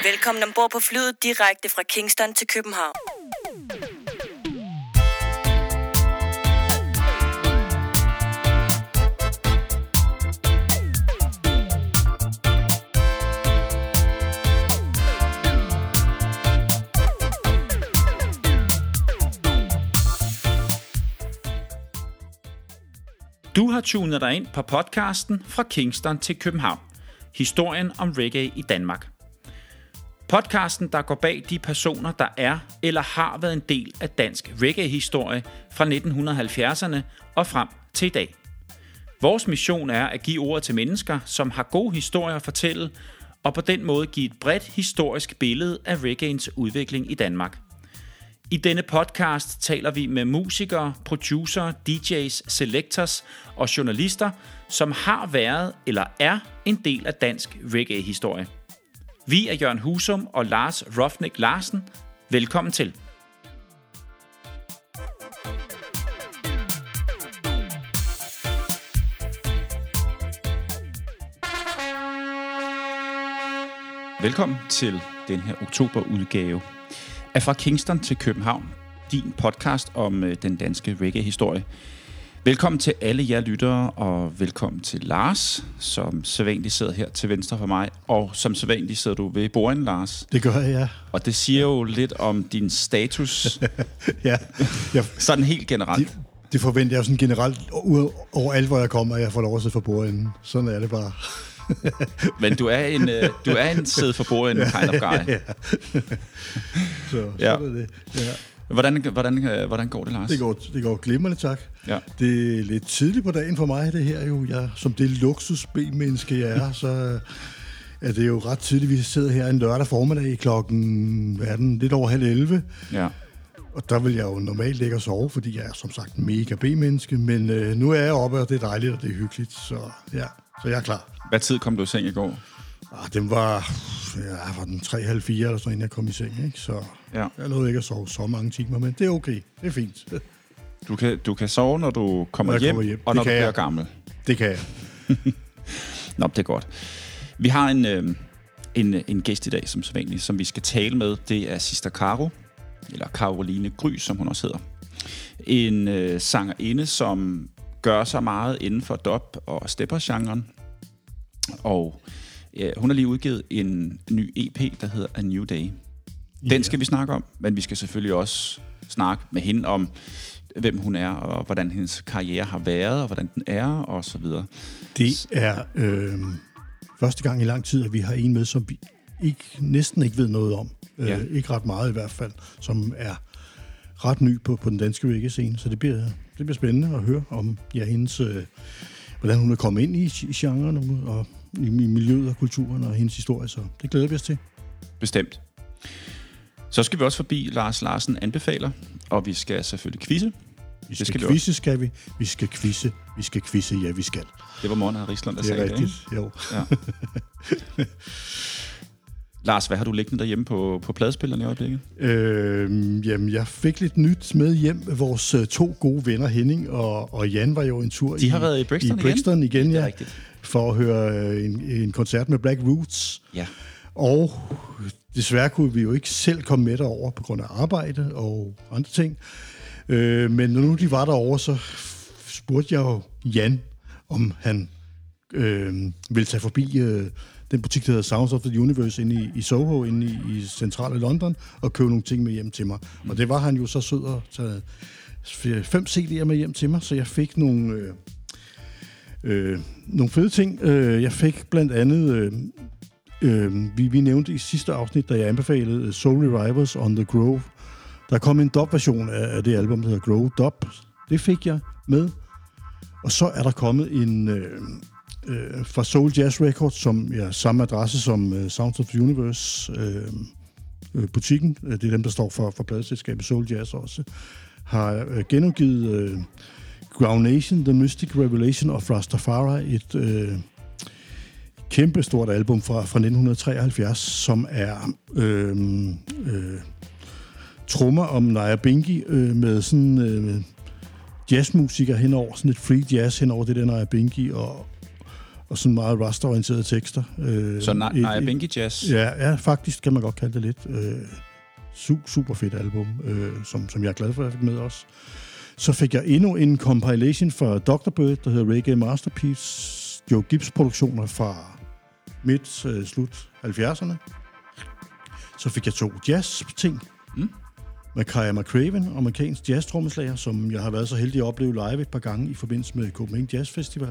Velkommen ombord på flyet direkte fra Kingston til København. Du har tunet dig ind på podcasten Fra Kingston til København. Historien om reggae i Danmark. Podcasten, der går bag de personer, der er eller har været en del af dansk reggae-historie fra 1970'erne og frem til i dag. Vores mission er at give ordet til mennesker, som har gode historier at fortælle, og på den måde give et bredt historisk billede af reggaeens udvikling i Danmark. I denne podcast taler vi med musikere, producer, DJ's, selectors og journalister, som har været eller er en del af dansk reggae-historie. Vi er Jørgen Husum og Lars Roughneck Larsen. Velkommen til. Velkommen til den her oktoberudgave af Fra Kingston til København, din podcast om den danske reggae-historie. Velkommen til alle jer lyttere, og velkommen til Lars, som sædvanligt sidder her til venstre for mig, og som sædvanligt sidder du ved bordenden, Lars. Det gør jeg, ja. Og det siger jo lidt om din status, ja. Sådan helt generelt. Det forventer jeg jo sådan generelt over alt, hvor jeg kommer, at jeg får lov at sidde for bordenden. Sådan er det bare. Men du er en sidde for bordenden kind of guy. Ja. Så er det. Ja. Hvordan går det, Lars? Det går glimrende, tak. Ja. Det er lidt tidligt på dagen for mig, det her jo. Jeg, som det luksus-B-menneske, jeg er, så er det jo ret tidligt. Vi sidder her en lørdag formiddag klokken lidt over 10:30. Ja. Og der vil jeg jo normalt ikke at sove, fordi jeg er som sagt mega B-menneske. Men nu er jeg oppe, og det er dejligt, og det er hyggeligt. Så jeg er klar. Hvad tid kom du i seng i går? Den var den 3:30 eller sådan, inden jeg kom i seng, ikke? Så jeg nåede ikke at sove så mange timer, men det er okay. Det er fint. Du kan sove, når du kommer hjem, og når du bliver gammel. Det kan jeg. Nå, det er godt. Vi har en gæst i dag, som sædvanligt, som vi skal tale med. Det er Sister Caro, eller Caroline Gry, som hun også hedder. En sangerinde, som gør sig meget inden for dub- og stepper-genren. Og hun har lige udgivet en ny EP, der hedder A New Day. Den skal vi snakke om, men vi skal selvfølgelig også snakke med hende om, hvem hun er, og hvordan hendes karriere har været, og hvordan den er, og så videre. Det er første gang i lang tid, at vi har en med, som vi næsten ikke ved noget om. Ikke ret meget i hvert fald, som er ret ny på den danske reggae-scene. Så det bliver spændende at høre om hendes, hvordan hun er kommet ind i genren, og i miljøet og kulturen og hendes historie, så det glæder vi os til. Bestemt. Så skal vi også forbi Lars Larsen anbefaler, og vi skal selvfølgelig quizze. Vi skal quizze, ja vi skal. Det var Mona Rislund, der sagde det. Det er rigtigt, jo. Ja. Lars, hvad har du liggende derhjemme på pladespilleren i øjeblikket? Jamen, jeg fik lidt nyt med hjem. Vores to gode venner, Henning og Jan, var jo en tur De har været i Brixton igen, ja. Ja, for at høre en koncert med Black Roots. Ja. Og desværre kunne vi jo ikke selv komme med derover på grund af arbejde og andre ting. Men når nu de var derovre, så spurgte jeg jo Jan, om han ville tage forbi den butik, der hedder Sounds of the Universe inde i Soho, inde i centrale London, og købe nogle ting med hjem til mig. Og det var han jo så sød at tage 5 CD'er med hjem til mig, så jeg fik nogle fede ting. Jeg fik blandt andet, vi nævnte i sidste afsnit, da jeg anbefalede Soul Revivers on the Grove. Der kom en dub-version af det album, der hedder Grove Dub. Det fik jeg med. Og så er der kommet en fra Soul Jazz Records, som er samme adresse som Sounds of the Universe butikken. Det er dem, der står for pladeselskabet Soul Jazz også. Har genudgivet Ground Nation, The Mystic Revelation of Rastafari, et kæmpe stort album fra 1973, som er trommer om Naya Bingi med sådan jazzmusikere henover, sådan et free jazz henover det der Naya Bingi, og sådan meget rusterienterede tekster. Så Naya Binky Jazz? Ja, faktisk kan man godt kalde det lidt. Super fedt album, som jeg er glad for, at jeg fik med også. Så fik jeg endnu en compilation fra Dr. Bird, der hedder Reggae Masterpiece. Joe Gibbs-produktioner fra slut 70'erne. Så fik jeg 2 jazz-ting. Med Kaya McCraven, amerikansk jazz-trommeslager, som jeg har været så heldig at opleve live et par gange i forbindelse med Copenhagen Jazz Festival.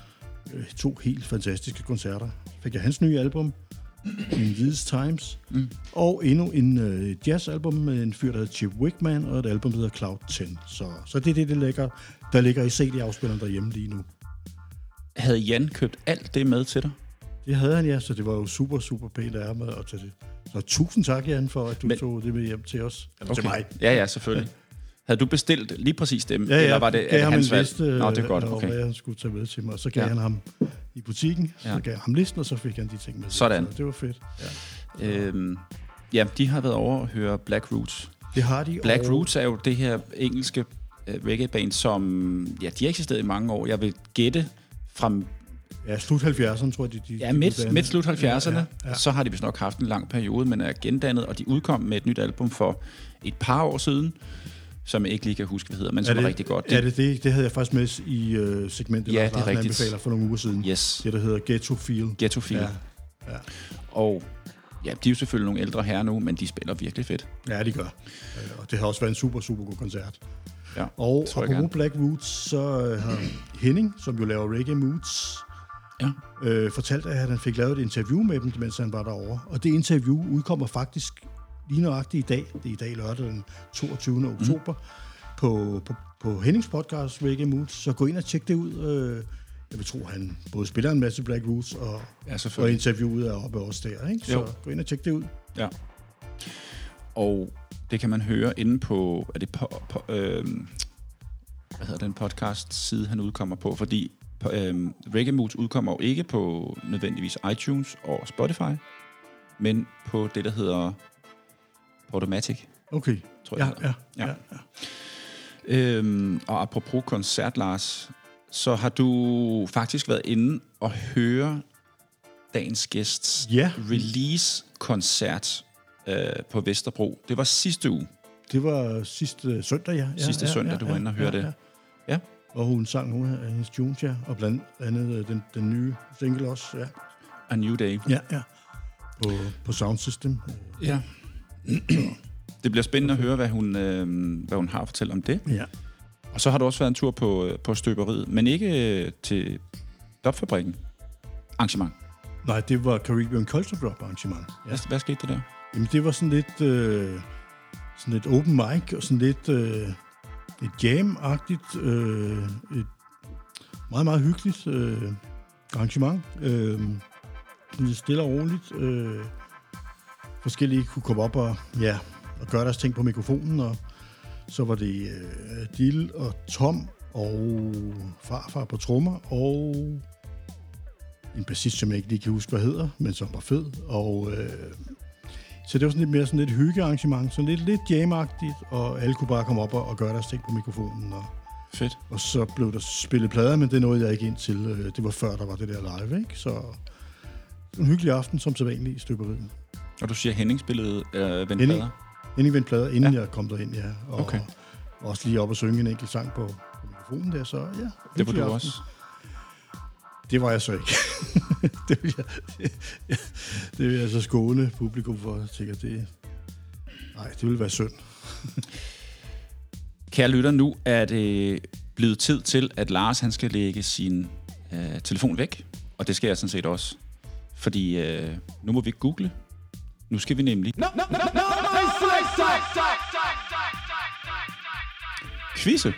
2 helt fantastiske koncerter. Fik jeg hans nye album, In These Times, og endnu en jazzalbum med en fyr, der hedder Chip Wickman, og et album, der hedder Cloud 10. Så det er det, der ligger i CD-afspilleren derhjemme lige nu. Havde Jan købt alt det med til dig? Det havde han, ja, så det var jo super pænt af ham at tage det. Så tusind tak, Jan, for at du tog det med hjem til os. Eller til mig. Ja, selvfølgelig. Ja. Havde du bestilt lige præcis dem? Ja, eller var det hans valg? Nå, det er godt, okay. Hvad han skulle tage med til mig. Og så gav han ham i butikken, så gav jeg ham listen, og så fik han de ting med. Sådan. Så det var fedt. Ja. De har været over at høre Black Roots. Det har de. Black Roots er jo det her engelske reggae-band, som de har eksisteret i mange år. Jeg vil gætte fra... Ja, slut 70'erne, tror jeg, midt slut 70'erne. Ja. Så har de vist nok haft en lang periode, men er gendannet, og de udkom med et nyt album for et par år siden, som jeg ikke lige kan huske, hvad hedder, men som er rigtig godt. Det havde jeg faktisk med i segmentet, ja, det er rigtigt. Anbefaler for nogle uger siden. Yes. Det, der hedder Ghetto Feel. Ghetto Feel. Ja. Og de er jo selvfølgelig nogle ældre herrer nu, men de spiller virkelig fedt. Ja, de gør. Og det har også været en super god koncert. Ja, og apropos Black Roots, så har Henning, som jo laver Reggae Moods, fortalte, at han fik lavet et interview med dem, mens han var derovre. Og det interview udkommer faktisk lige nøjagtigt i dag. Det er i dag lørdag den 22. oktober på Hennings podcast Reggae Moods. Så gå ind og tjek det ud. Jeg vil tro, han både spiller en masse Black Roots og interviewet er oppe også der. Ikke? Så gå ind og tjek det ud. Ja. Og det kan man høre inde på, hvad hedder den podcast side, han udkommer på, fordi Reggae Moods udkommer jo ikke på nødvendigvis iTunes og Spotify, men på det, der hedder Podomatic. Okay. Tror jeg, ja. Og apropos koncert, Lars, så har du faktisk været inde og høre dagens gæsts release-koncert på Vesterbro. Det var sidste uge. Det var sidste søndag, ja. Sidste søndag, du var inde og høre det. Ja. Og hun sang nogle af hendes tunes, og blandt andet den nye single også, ja. A New Day. Ja. På Sound System. Ja. Det bliver spændende at høre, hvad hun har at fortælle om det. Ja. Og så har du også været en tur på støberiet, men ikke til Dopfabrikken arrangement. Nej, det var Caribbean Culture Drop arrangement. Ja. Hvad skete der der? Jamen, det var sådan lidt open mic, og sådan lidt et jam-agtigt, et meget, meget hyggeligt arrangement. Lidt stille og roligt. Forskellige kunne komme op og gøre deres ting på mikrofonen, og så var det Dill og Tom og farfar på trommer, og en bassist, som jeg ikke lige kan huske, hvad hedder, men som var fed. Og så det var sådan lidt hyggearrangement, sådan lidt jam-agtigt, og alle kunne bare komme op og gøre deres ting på mikrofonen. Og, fedt. Og så blev der spillet plader, men det nåede jeg ikke ind til. Det var før, der var det der live, ikke? Så en hyggelig aften, som sædvanligt i støberiet. Og du siger, Henning spillede vendplader? Henning vendplader, inden jeg kom derind, ja. Og også lige op og synge en enkelt sang på mikrofonen der, så ja. Det var du aften. også? Det var jeg så ikke. det vil jeg så skåne publikum for. Jeg tænker, det ville være synd. Kære lytter, nu er det blevet tid til, at Lars han skal lægge sin telefon væk. Og det skal jeg sådan set også. Fordi nu må vi google. Nu skal vi nemlig... Quizze.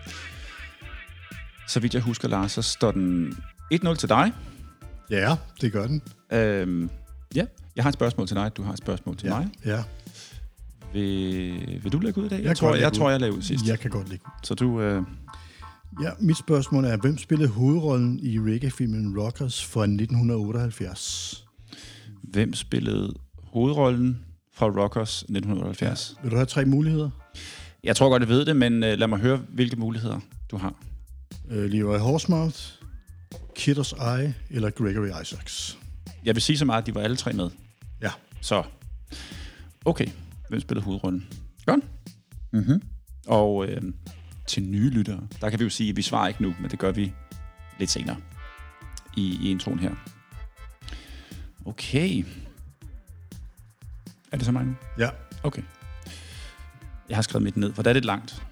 Så vidt jeg husker, Lars, så står den 1-0 til dig. Ja, det gør den. Ja, jeg har et spørgsmål til dig, du har et spørgsmål til mig. Ja. Vil du lægge ud i dag? Jeg tror, jeg lagde ud sidst. Jeg kan godt lægge ud. Så du... Ja, mit spørgsmål er, hvem spillede hovedrollen i reggae-filmen Rockers fra 1978? Hvem spillede hovedrollen fra Rockers 1978? Ja. Vil du have 3 muligheder? Jeg tror godt, jeg ved det, men lad mig høre, hvilke muligheder du har. Leroy Horsemouth, Kidder's Eye eller Gregory Isaacs. Jeg vil sige så meget, at de var alle tre med. Ja. Så, okay. Hvem spillede hovedrollen? Godt. Mm-hmm. Og til nye lyttere, der kan vi jo sige, at vi svarer ikke nu, men det gør vi lidt senere i introen her. Okay. Er det så mange? Ja. Okay. Jeg har skrevet mit ned, for det er lidt langt.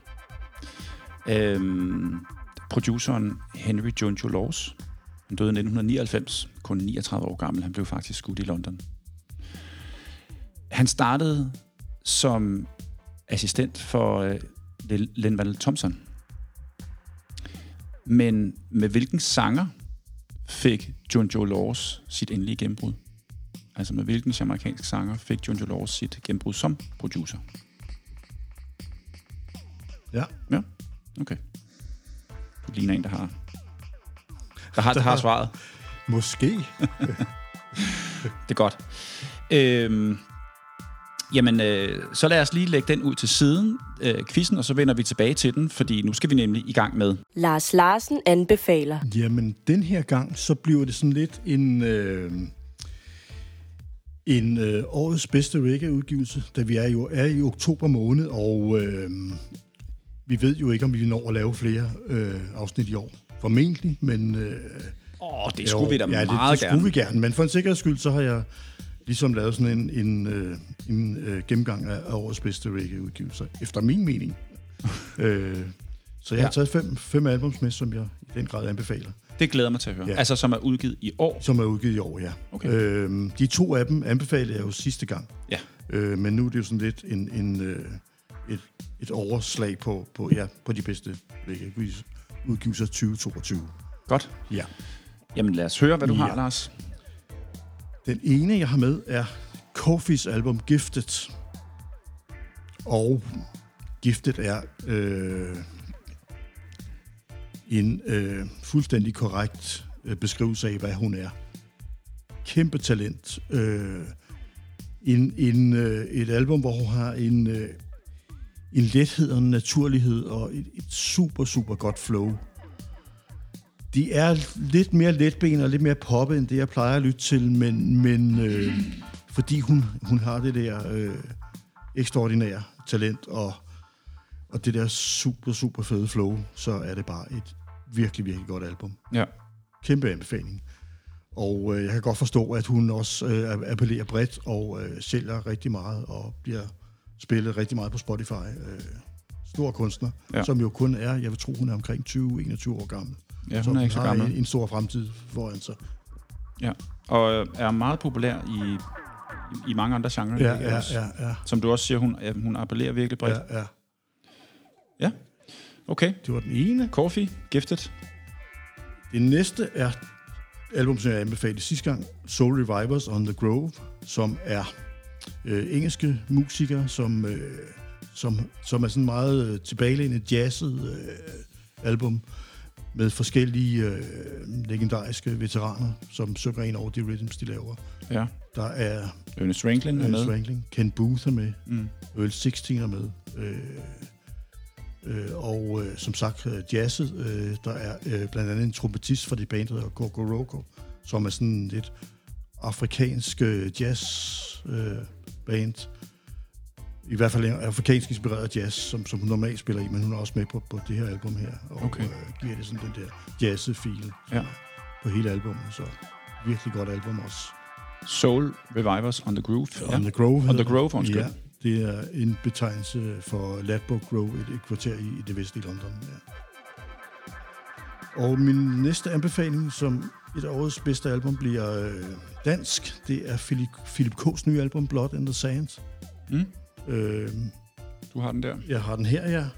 Produceren Henry Jojo Laws, han døde i 1999, kun 39 år gammel. Han blev faktisk skudt i London. Han startede som assistent for Linval Thompson. Men med hvilken sanger fik Jojo Laws sit endelige gennembrud? Altså med hvilken jamaicansk sanger fik Jojo Laws sit gennembrud som producer? Ja. Ja, okay. Du ligner en, der har svaret. Måske. Det er godt. Så lad os lige lægge den ud til siden, quizzen, og så vender vi tilbage til den, fordi nu skal vi nemlig i gang med... Lars Larsen anbefaler. Jamen, den her gang, så bliver det sådan lidt en årets bedste reggae-udgivelse, da vi er i oktober måned, og vi ved jo ikke, om vi når at lave flere afsnit i år. Formentlig, men... det skulle vi da meget gerne. det skulle vi gerne, men for en sikkerheds skyld, så har jeg ligesom lavet sådan en gennemgang af årets bedste reggae-udgivelser, efter min mening. Så jeg har taget 5 albums med, som jeg i den grad anbefaler. Det glæder mig til at høre. Ja. Altså, som er udgivet i år? Som er udgivet i år, ja. Okay. De 2 af dem anbefalede jeg jo sidste gang. Ja. Men nu er det jo sådan lidt et overslag på de bedste udgivelser 2022. Godt. Ja. Jamen lad os høre, hvad du har, Lars. Den ene, jeg har med, er Kofi's album Gifted. Og Gifted er en fuldstændig korrekt beskrivelse af, hvad hun er. Kæmpe talent. Et album, hvor hun har en lethed og en naturlighed og et super, super godt flow. De er lidt mere letben og lidt mere poppet, end det, jeg plejer at lytte til, men fordi hun har det der ekstraordinære talent og det der super, super fede flow, så er det bare et virkelig, virkelig godt album. Ja. Kæmpe anbefaling. Og jeg kan godt forstå, at hun også appellerer bredt og sælger rigtig meget og bliver spillet rigtig meget på Spotify. Stor kunstner, som jo kun er, jeg vil tro, hun er omkring 20-21 år gammel. Ja, hun er ikke så gammel. En stor fremtid foran sig. Ja, og er meget populær i mange andre genrer. Ja. Som du også siger, hun appellerer virkelig bredt. Ja. Ja, okay. Det var den ene. Kofi, Gifted. Det næste er album, som jeg anbefalede sidste gang, Soul Revivers on the Grove, som er engelske musikere, som er sådan meget tilbagelænet jazzet album med forskellige legendariske veteraner, som synger ind over de rhythms, de laver. Ja. Der er Ernest Ranglin er med. Ken Booth er med. Earl 16 er med. Og som sagt jazzet. Der er blandt andet en trompetist fra det band, der hedder Gogorogo, som er sådan lidt afrikansk jazzband. I hvert fald en afrikansk inspireret jazz, som hun normalt spiller i, men hun er også med på det her album her. Og giver det sådan den der jazz-feel på hele albumet. Så virkelig godt album også. Soul Revivers on the Groove. On the Grove. On the Grove, undskyld. Ja, det er en betegnelse for Ladbroke Grove, et kvarter i det vestlige London. Ja. Og min næste anbefaling, som et af årets bedste album, bliver dansk. Det er Philip K's nye album, Blood in the Sand. Du har den der? Jeg har den her, ja.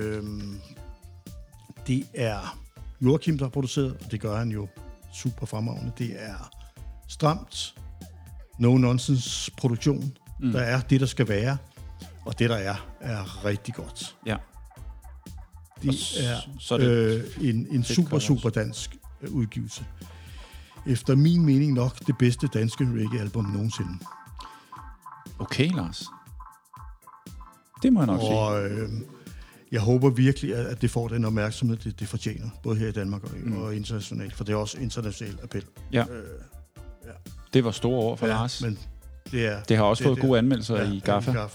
Det er Joachim, der har produceret, og det gør han jo super fremragende. Det er stramt, no-nonsense produktion. Der er det, der skal være, og det, der er rigtig godt. Ja. Det er en super, super dansk udgivelse. Efter min mening nok det bedste danske reggae-album nogensinde. Okay, Lars. Det må jeg nok sige. jeg håber virkelig, at det får den opmærksomhed, det fortjener, både her i Danmark og internationalt, for det er også international appel. Ja. Det var store ord for Lars. Men det har også fået gode anmeldelser i GAFFA. Ja.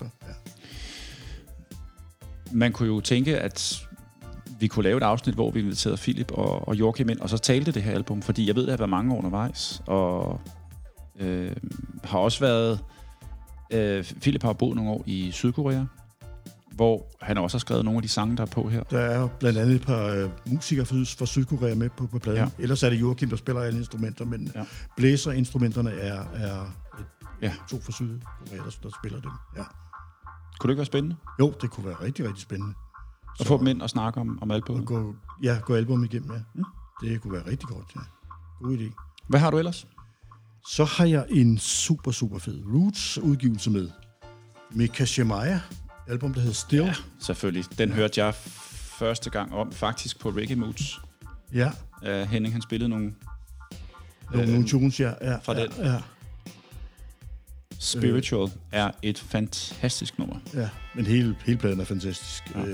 Man kunne jo tænke, at vi kunne lave et afsnit, hvor vi inviterede Philip og Joachim ind, og så talte det her album, fordi jeg ved, at det har været mange år undervejs, og har også været... Philip har boet nogle år i Sydkorea, hvor han også har skrevet nogle af de sange, der er på her. Der er blandt andet et par musikere fra Sydkorea med på pladen. Ja. Ellers er det Joachim, der spiller alle instrumenter, men blæserinstrumenterne er to fra Sydkorea, der spiller dem. Ja. Kunne det ikke være spændende? Jo, det kunne være rigtig, rigtig spændende. Og få dem ind og snakke om albumet? Gå album igennem, ja. Det kunne være rigtig godt, ja. God idé. Hvad har du ellers? Så har jeg en super, super fed Roots-udgivelse med Mika Shemaya, album, der hedder Still. Ja, selvfølgelig. Den hørte jeg første gang om, faktisk på Reggae Moods. Ja. Henning, han spillede nogle tunes, fra den. Ja. Spiritual er et fantastisk nummer. Ja, men hele pladen er fantastisk. Ja.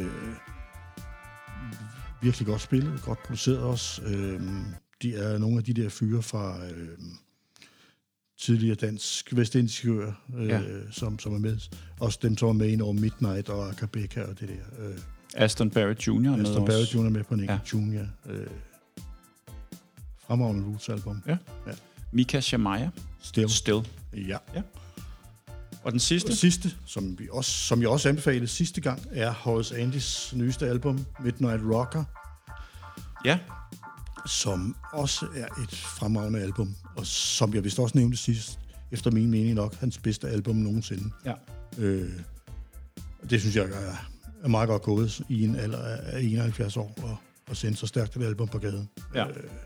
Virkelig godt spillet, godt produceret også. De er nogle af de der fyre fra tidligere dansk vestindiske øer, som er med. Også dem, som er med ind over Midnight og Akabeka og det der. Aston Barrett Jr. Aston Barrett Jr. med på en enkelt Junior. Fremragende Roots-album. Ja. Mika Shemaya. Still. Ja. Og den sidste? Den sidste, som jeg også anbefalede sidste gang, er Horace Andys nyeste album, Midnight Rocker. Ja. Som også er et fremragende album, og som jeg vist også nævnte sidst, efter min mening nok, hans bedste album nogensinde. Ja. Det synes jeg er meget godt gået i en alder af 71 år, og sende så stærkt et album på gaden. Ja.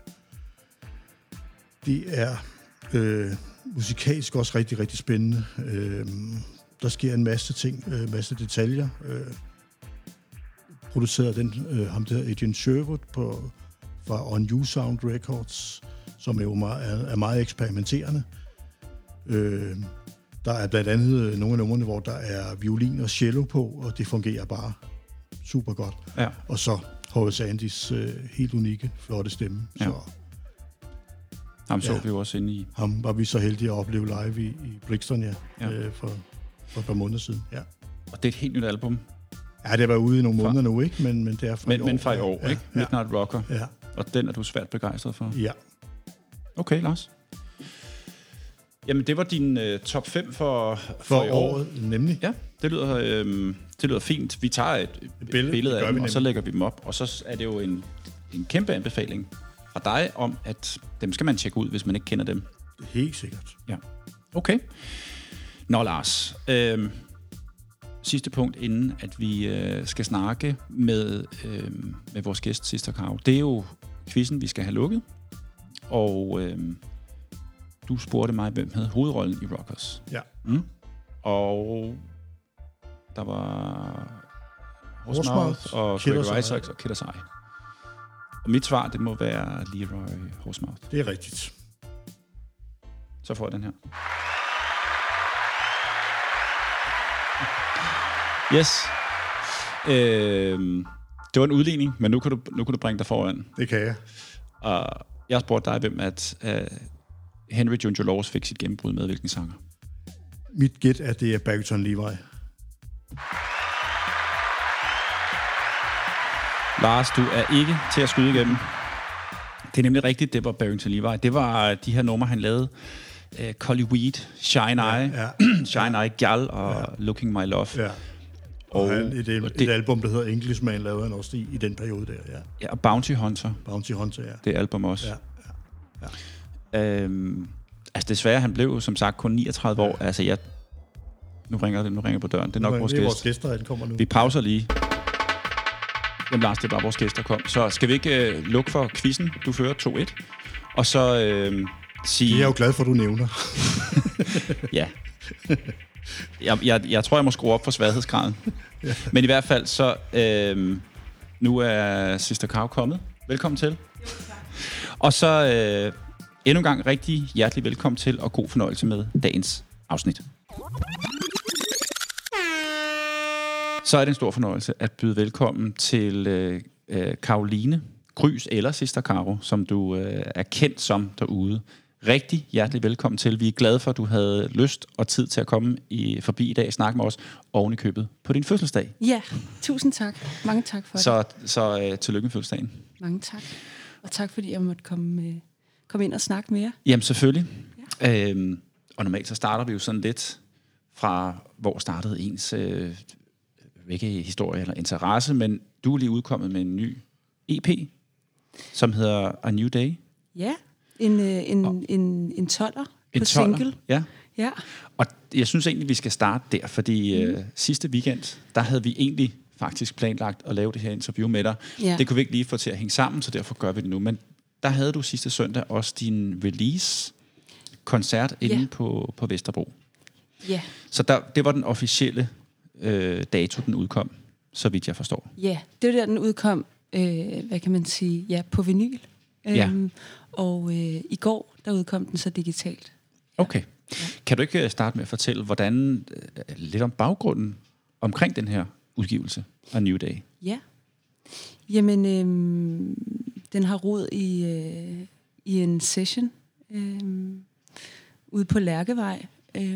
Det er musikalsk også rigtig, rigtig spændende. Der sker en masse ting, masse detaljer. Produceret ham der Adrian Sherwood fra On You Sound Records, som er jo meget eksperimenterende. Der er blandt andet nogle af numrene, hvor der er violin og cello på, og det fungerer bare super godt. Ja. Og så Horace Andys helt unikke, flotte stemme. Ja. Så ham så vi jo også inde i. Ham var vi så heldige at opleve live i Brixton, for et par måneder siden. Ja. Og det er et helt nyt album. Ja, det var ude i nogle måneder nu, ikke? Men det er fra i år. Men fra i år, ikke? Ja. Midnight Rocker. Ja. Og den er du svært begejstret for. Ja. Okay, Lars. Jamen, det var din top 5 for i år. Nemlig. Ja, det lyder fint. Vi tager et billede af dem, og så lægger vi dem op. Og så er det jo en kæmpe anbefaling fra dig om, at dem skal man tjekke ud, hvis man ikke kender dem. Helt sikkert. Ja. Okay. Nå, Lars. Sidste punkt, inden at vi skal snakke med vores gæst, Sister Cow. Det er jo quizzen, vi skal have lukket. Og du spurgte mig, hvem havde hovedrollen i Rockers. Ja. Og der var Horsemouth og Gregory Isaacs og Kid Asai. Og mit svar, det må være Leroy Horsemouth. Det er rigtigt. Så får jeg den her. Yes. Det var en udligning, men nu kan du bringe dig foran. Det kan jeg. Og jeg har spurgt dig, hvem at Henry Junior Laws fik sit gennembrud med, hvilken sanger? Mit gæt er, det er Barrington Levy. Lars, du er ikke til at skyde igennem. Det er nemlig rigtigt, det var Barrington Levy. Det var de her numre, han lavede. Collie Weed, Shine Eye, Shine Eye Gal og Looking My Love. Ja. Og et album, der hedder Englishman, lavede han også i den periode der, ja. Ja, og Bounty Hunter. Bounty Hunter, ja. Det album også. Ja. Altså desværre, han blev som sagt kun 39 år. Altså nu ringer på døren. Det er nok vores gæst. Det er vores gæster, der kommer nu. Vi pauser lige. Jamen Lars, det er bare vores gæster, der kom. Så skal vi ikke lukke for quizzen? Du fører 2-1. Og så sige... Det er jeg jo glad for, du nævner. Ja. Jeg tror, jeg må skrue op for sværhedsgraden. Ja. Men i hvert fald, så nu er Sister Cow kommet. Velkommen til. Og så endnu en gang rigtig hjertelig velkommen til, og god fornøjelse med dagens afsnit. Så er det en stor fornøjelse at byde velkommen til Caroline Grys, eller Sister Caro, som du er kendt som derude. Rigtig hjertelig velkommen til. Vi er glade for, at du havde lyst og tid til at komme forbi i dag og snakke med os oven i købet på din fødselsdag. Ja, tusind tak. Mange tak for det. Så tillykke med fødselsdagen. Mange tak. Og tak, fordi jeg måtte komme ind og snakke med jer. Jamen, selvfølgelig. Ja. Og normalt så starter vi jo sådan lidt fra, hvor startede ens reggae-historie eller interesse, men du er lige udkommet med en ny EP, som hedder A New Day. Ja, en 12'er på single. Ja. Og jeg synes egentlig, vi skal starte der, fordi sidste weekend, der havde vi egentlig faktisk planlagt at lave det her interview med dig. Ja. Det kunne vi ikke lige få til at hænge sammen, så derfor gør vi det nu. Men der havde du sidste søndag også din release-koncert inde på Vesterbro. Ja. Så det var den officielle dato, den udkom, så vidt jeg forstår. Ja, det var der, den udkom, hvad kan man sige, på vinyl. Og i går, der udkom den så digitalt. Okay. Ja. Kan du ikke starte med at fortælle, hvordan lidt om baggrunden omkring den her udgivelse af New Day? Ja. Jamen, den har rod i en session ude på Lærkevej,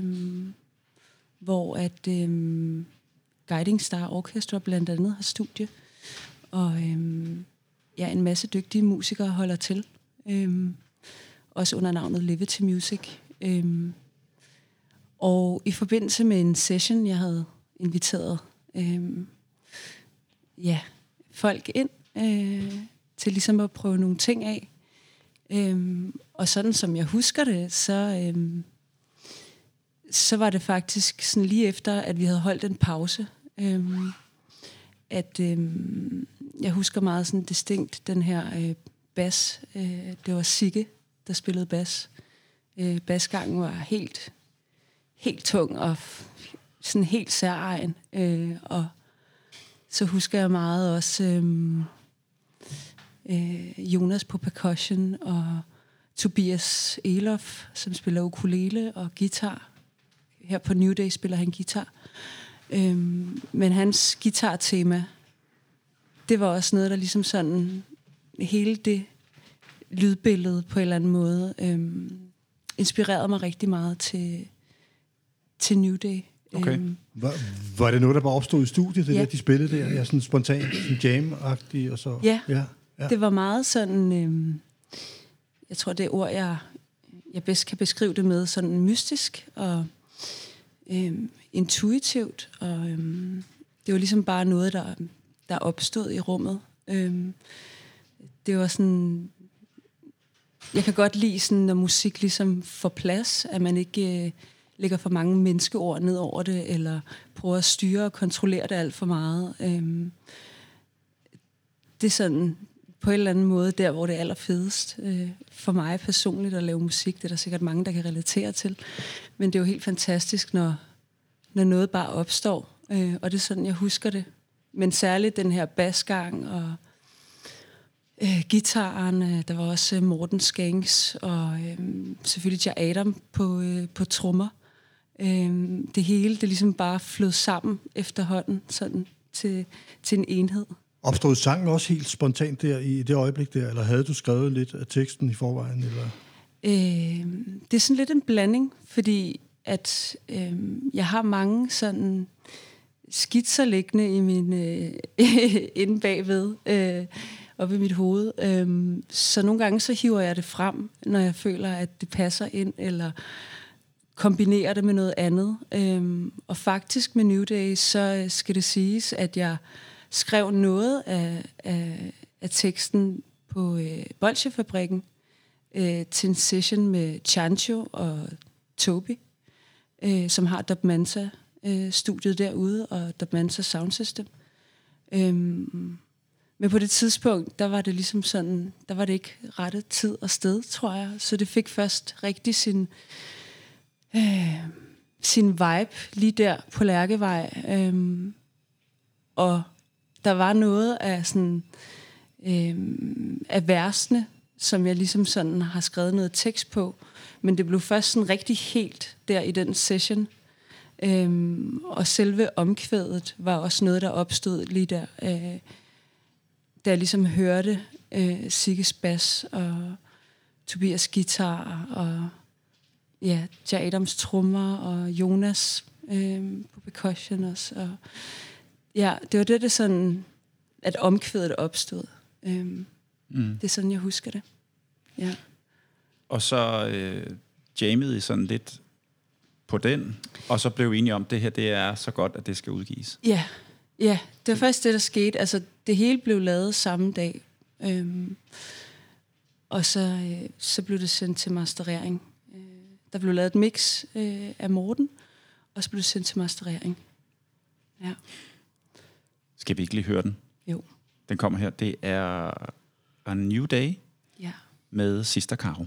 hvor at Guiding Star Orchestra blandt andet har studie, og en masse dygtige musikere holder til, også under navnet Liberty Music. Og i forbindelse med en session, jeg havde inviteret folk ind til ligesom at prøve nogle ting af. Og sådan som jeg husker det, så var det faktisk sådan lige efter, at vi havde holdt en pause, at jeg husker meget sådan distinkt den her bas. Det var Sigge, der spillede bas. Basgangen var helt tung og sådan helt særegen. Og så husker jeg meget også Jonas på percussion og Tobias Elof, som spiller ukulele og guitar. Her på New Day spiller han guitar. Men hans guitartema, det var også noget, der ligesom sådan hele det lydbillede på en eller anden måde inspirerede mig rigtig meget til New Day. Okay. Var det noget, der bare opstod i studiet, det der, de spillede der? Ja, sådan spontant, sådan jam-agtigt og så? Ja, det var meget sådan, jeg tror det ord, jeg bedst kan beskrive det med, sådan mystisk og intuitivt, og det var ligesom bare noget, der opstod i rummet. Det var sådan, jeg kan godt lide sådan, når musik ligesom får plads, at man ikke lægger for mange menneskeord ned over det, eller prøver at styre og kontrollere det alt for meget. Det er sådan på en eller anden måde der, hvor det er allerfedest for mig personligt at lave musik. Det er der sikkert mange, der kan relatere til. Men det er jo helt fantastisk, når noget bare opstår. Og det er sådan, jeg husker det. Men særligt den her basgang og guitaren. Der var også Morten Skanks og selvfølgelig Jah Adam på trommer. Det hele, det ligesom bare flød sammen efterhånden sådan til en enhed. Opstod sangen også helt spontant der i det øjeblik der, eller havde du skrevet lidt af teksten i forvejen? Eller? Det er sådan lidt en blanding, fordi at jeg har mange sådan skitser liggende i min inde bagved, oppe i mit hoved. Så nogle gange så hiver jeg det frem, når jeg føler, at det passer ind, eller kombinerer det med noget andet. Og faktisk med New Day, så skal det siges, at jeg skrev noget af teksten på Bolsjefabrikken til en session med Chancho og Toby, som har Dub Mansa studiet derude, og Dub Mansa Sound System. Men på det tidspunkt, der var det ligesom sådan, der var det ikke rette tid og sted, tror jeg. Så det fik først rigtig sin vibe lige der på Lærkevej. Og der var noget af sådan af versene, som jeg ligesom sådan har skrevet noget tekst på, men det blev først sådan rigtig helt der i den session, Og selve omkvædet var også noget, der opstod lige der, da jeg ligesom hørte Sigges bas og Tobias guitar og Jack Adams trommer og Jonas på percussion også. Og ja, det var det sådan, at omkvædet opstod. Det er sådan, jeg husker det. Ja. Og så jammede I sådan lidt på den, og så blev vi enige om, at det her det er så godt, at det skal udgives. Ja, det var faktisk det, der skete. Altså, det hele blev lavet samme dag. Og så blev det sendt til masterering. Der blev lavet et mix af Morten, og så blev det sendt til masterering. Ja. Skal vi ikke lige høre den? Jo. Den kommer her. Det er A New Day med Sister Caro.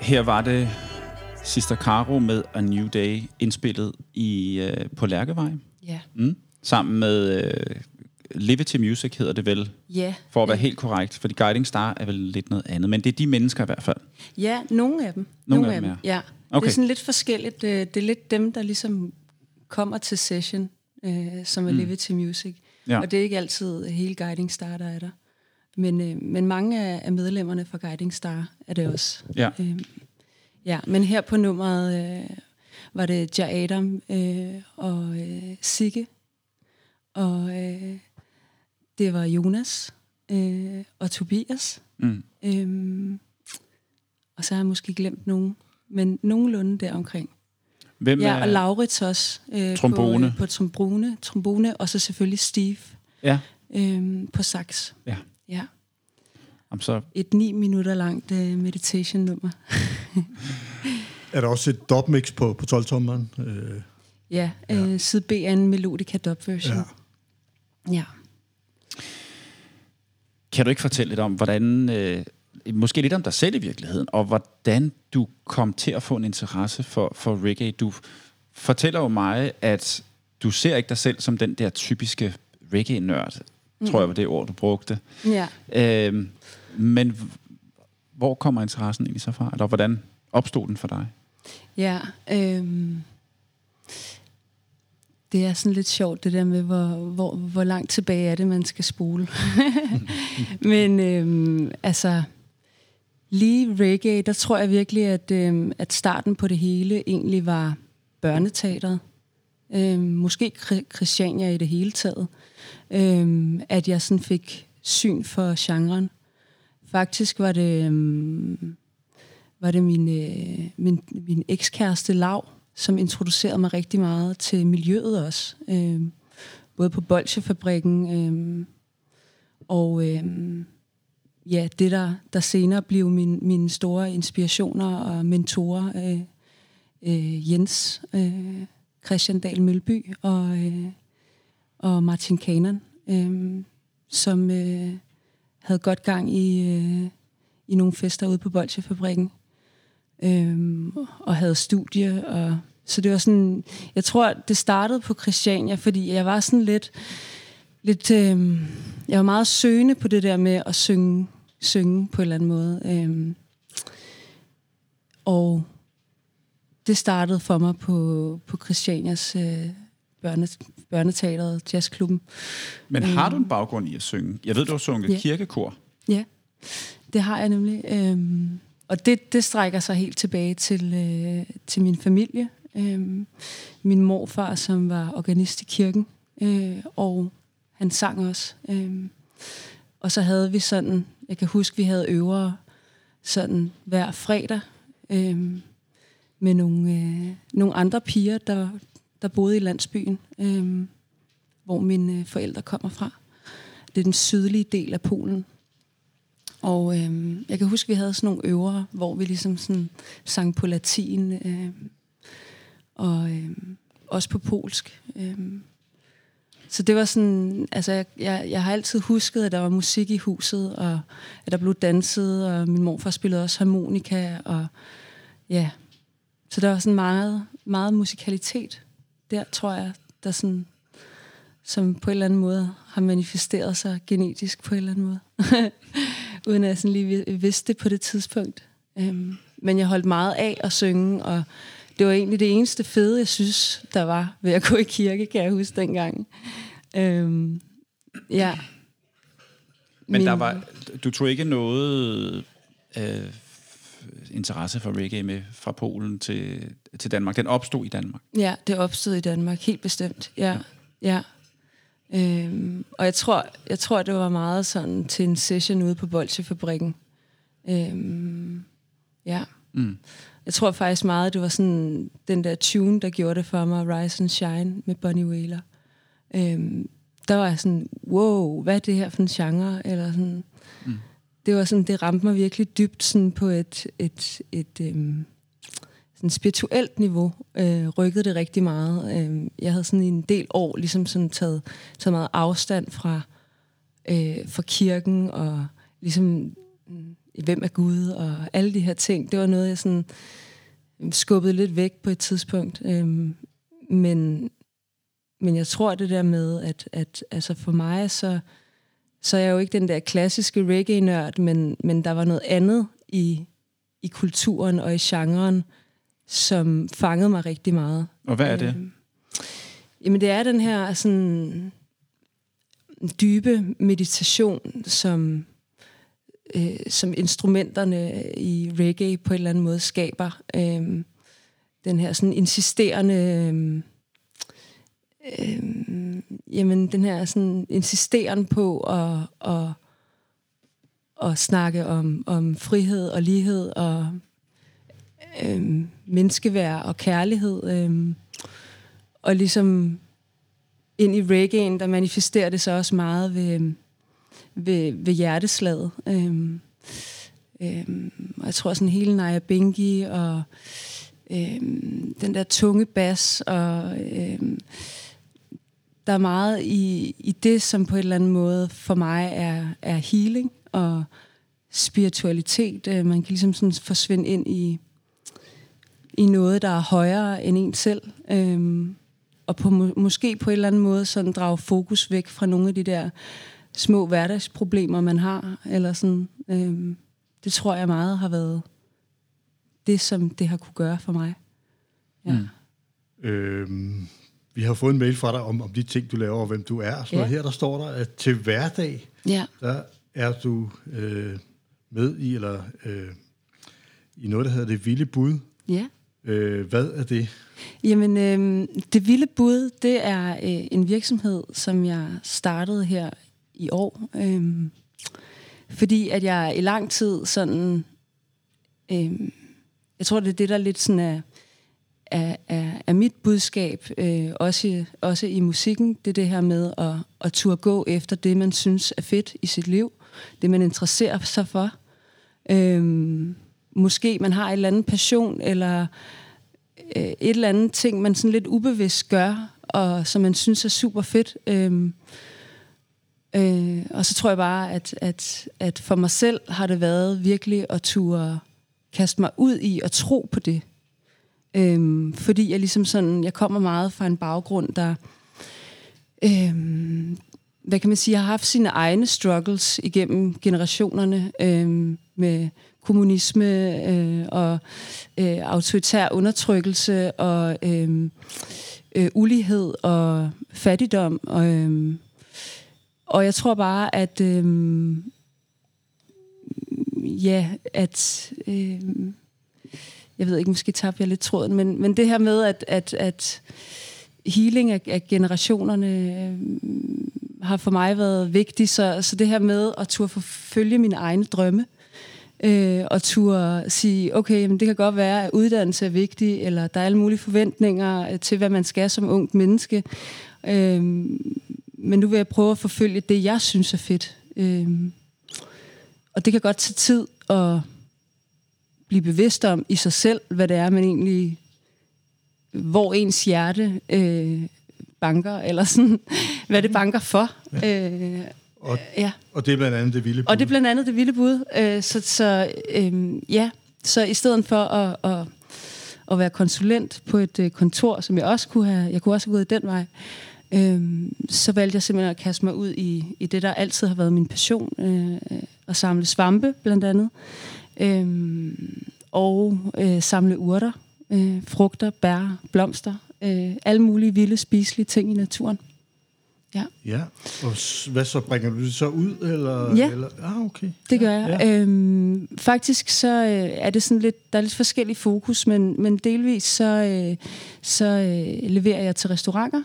Her var det Sister Caro med A New Day, indspillet på Lærkevej. Ja. Sammen med Liberty Music hedder det vel, for at være helt korrekt, fordi Guiding Star er vel lidt noget andet, men det er de mennesker i hvert fald. Ja, nogle af dem. Nogle af dem, ja. Okay. Det er sådan lidt forskelligt. Det er lidt dem, der ligesom kommer til session, som er Liberty Music. Ja. Og det er ikke altid hele Guiding Star, der er der. Men mange af medlemmerne fra Guiding Star er det også. Ja. Ja, men her på nummeret var det Ja Adam og Sigge, og det var Jonas og Tobias. Og så har jeg måske glemt nogen, men nogenlunde deromkring. Hvem er... og Laurits også trombone. På trombone, og så selvfølgelig Steve på sax. Ja. Ja. Så... Et 9 minutter langt meditation-nummer. Er der også et dubmix på 12-tommeren? Side B er en melodica dub-version. Ja. Kan du ikke fortælle lidt om, hvordan... måske lidt om dig selv i virkeligheden, og hvordan du kom til at få en interesse for reggae. Du fortæller jo mig, at du ser ikke dig selv som den der typiske reggae-nørd, tror jeg var det ord, du brugte. Ja. Men hvor kommer interessen egentlig så fra? Eller hvordan opstod den for dig? Ja, det er sådan lidt sjovt, det der med, hvor langt tilbage er det, man skal spole. Men altså, lige reggae, der tror jeg virkelig, at starten på det hele egentlig var børneteateret. Måske Christiania i det hele taget. At jeg sådan fik syn for genren. Faktisk var det min ekskæreste Lav, som introducerede mig rigtig meget til miljøet også. Både på Bolsjefabrikken og det der senere blev mine store inspirationer og mentorer, Jens Christian Dahl Mølby og Martin Kanan, som havde godt gang i nogle fester ude på Bolsjefabrikken, og havde studie, og så det var sådan, jeg tror det startede på Christiania, fordi jeg var sådan lidt jeg var meget søgende på det der med at synge på en eller anden måde, og det startede for mig på Christianias børneteateret, jazzklubben. Men har du en baggrund i at synge? Jeg ved, du har sunget kirkekor. Ja, det har jeg nemlig. Og det strækker sig helt tilbage til min familie. Min morfar, som var organist i kirken, og han sang også. Og så havde vi sådan, jeg kan huske, vi havde øvere sådan hver fredag, med nogle andre piger, der boede i landsbyen, hvor mine forældre kommer fra. Det er den sydlige del af Polen. Og jeg kan huske, vi havde sådan nogle øvere, hvor vi ligesom sådan sang på latin, og også på polsk. Så det var sådan, altså jeg har altid husket, at der var musik i huset, og at der blev danset, og min morfar spillede også harmonika, og ja, så der var sådan meget, meget musikalitet der, tror jeg, der sådan, som på en eller anden måde har manifesteret sig genetisk på en eller anden måde. Uden at jeg sådan lige vidste det på det tidspunkt. Men jeg holdt meget af at synge, og det var egentlig det eneste fede, jeg synes, der var ved at gå i kirke, kan jeg huske dengang. Ja. Men du tog ikke noget interesse for reggae med fra Polen til Danmark? Den opstod i Danmark? Ja, det opstod i Danmark, helt bestemt. Ja. Og jeg tror, det var meget sådan til en session ude på Bolsjefabrikken. Ja. Jeg tror faktisk meget, det var sådan den der tune, der gjorde det for mig, Rise and Shine med Bunny Wailer. Der var jeg sådan, wow, hvad er det her for en genre? Eller sådan. Det var sådan, det ramte mig virkelig dybt sådan på et sådan spirituelt niveau, rykkede det rigtig meget. Jeg havde sådan i en del år ligesom sådan taget meget afstand fra kirken, og ligesom hvem er Gud, og alle de her ting. Det var noget, jeg sådan skubbede lidt væk på et tidspunkt. Men jeg tror det der med, at altså for mig, så er jeg jo ikke den der klassiske reggae-nørd, men der var noget andet i kulturen og i genren, som fangede mig rigtig meget. Og hvad er det? Jamen det er den her sådan dybe meditation, som instrumenterne i reggae på en eller anden måde skaber. Den her sådan insisterende den her sådan insisteren på at snakke om frihed og lighed og menneskeværd og kærlighed, og ligesom ind i reggaen, der manifesterer det sig også meget ved hjerteslaget. Og jeg tror sådan hele Naya Bingi og den der tunge bas, og der er meget i det, som på en eller anden måde for mig er healing og spiritualitet. Man kan ligesom sådan forsvinde ind i noget, der er højere end en selv. Og måske på en eller anden måde sådan drage fokus væk fra nogle af de der små hverdagsproblemer, man har. Eller sådan. Det tror jeg meget har været det, som det har kunne gøre for mig. Ja. Vi har fået en mail fra dig om de ting, du laver, og hvem du er. Så her der står der, at til hverdag, der er du med i, eller i noget, der hedder Det Vilde Bud. Ja. Hvad er det? Jamen, Det Vilde Bud, det er en virksomhed, som jeg startede her i år. Fordi at jeg i lang tid sådan... jeg tror, det er det, der lidt sådan er mit budskab, også i musikken. Det er det her med at turde gå efter det, man synes er fedt i sit liv. Det, man interesserer sig for. Måske man har et eller andet passion, eller et eller andet ting, man sådan lidt ubevidst gør, og som man synes er super fedt. Og så tror jeg bare, at for mig selv har det været virkelig at turde kaste mig ud i og tro på det. Fordi jeg ligesom sådan, jeg kommer meget fra en baggrund, der hvad kan man sige, har haft sine egne struggles igennem generationerne, med kommunisme og autoritær undertrykkelse og ulighed og fattigdom. Og jeg tror bare, at jeg ved ikke, måske tabte jeg lidt tråden, men det her med, at healing af generationerne har for mig været vigtigt, så det her med at turde forfølge mine egne drømme, og turde sige, okay, jamen det kan godt være, at uddannelse er vigtig, eller der er alle mulige forventninger til, hvad man skal som ungt menneske, men nu vil jeg prøve at forfølge det, jeg synes er fedt. Og det kan godt tage tid at blive bevidst om i sig selv, hvad det er, man egentlig, hvor ens hjerte banker, eller sådan, hvad det banker for. Og det er blandt andet Det Vilde Bud. Og det er blandt andet Det Vilde Bud. Så i stedet for at være konsulent på et kontor, som jeg kunne også have gået den vej, så valgte jeg simpelthen at kaste mig ud i det, der altid har været min passion, at samle svampe, blandt andet, og samle urter, frugter, bær, blomster, alle mulige vilde, spiselige ting i naturen. Ja, og hvad så, bringer du det så ud? Eller, ja, eller? Okay. Det gør jeg. Ja. Faktisk så er det sådan lidt, der er lidt forskellig fokus, men delvis så leverer jeg til restauranter.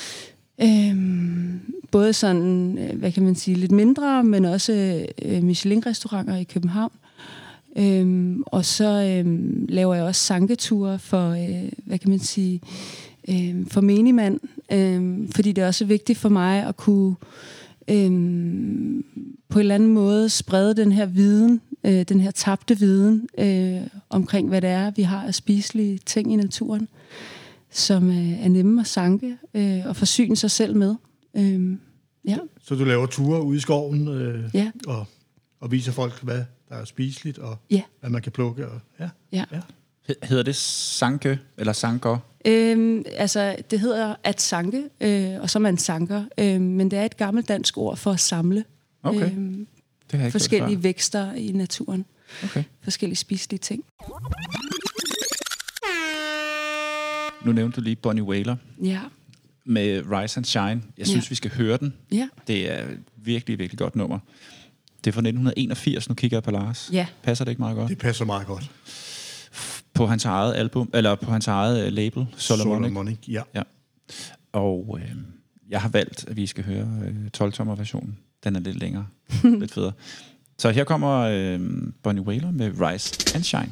Både sådan, hvad kan man sige, lidt mindre, men også Michelin-restauranter i København. Og så laver jeg også sanketure for, hvad kan man sige, for menigmand, fordi det er også vigtigt for mig at kunne på en eller anden måde sprede den her viden, den her tabte viden omkring, hvad det er, vi har af spiselige ting i naturen, som er nemme at sanke og forsyne sig selv med. Ja. Så du laver ture ude i skoven og viser folk, der er spiseligt, og Ja. hvad man kan plukke. Og, Ja. Hedder det sanke eller sanker? Altså, det hedder at sanke, og så er man sanker. Men det er et gammelt dansk ord for at samle Okay. Det har jeg ikke hørt forskellige før. vækster i naturen. Okay. Forskellige spiselige ting. Nu nævnte du lige Bunny Wailer Ja. med Rise and Shine. Jeg synes, vi skal høre den. Ja. Det er et virkelig, virkelig godt nummer. Det er fra 1981. Nu kigger jeg på Lars. Ja. Passer det ikke meget godt? det passer meget godt. På hans eget album, eller på hans eget label, Solomonic. Ja. Ja. Og jeg har valgt, at vi skal høre 12-tommer-versionen. Den er lidt længere. Lidt federe. Så her kommer Bunny Wailer med Rise and Shine.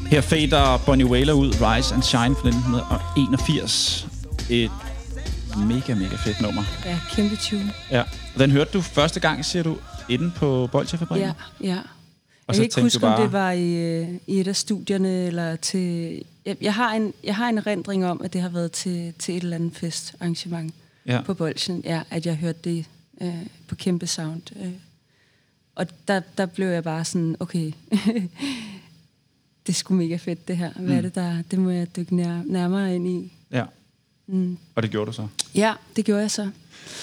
Her fader Bunny Wailer ud, Rise and Shine fra 1981. Et mega fedt nummer. Ja, kæmpe tune. Ja, den hørte du første gang, siger du, inde på Bolsjefabrikken? Ja. Og jeg så kan ikke huske, bare... om det var i et af studierne, eller til... Jeg har en erindring om, at det har været til et eller andet festarrangement på Bolsjen. Ja, at jeg hørte det på kæmpe sound. Og der blev jeg bare sådan, okay, det er sgu mega fedt det her. Hvad er det der? Det må jeg dykke nærmere ind i. Ja, og det gjorde du så? Ja, det gjorde jeg så.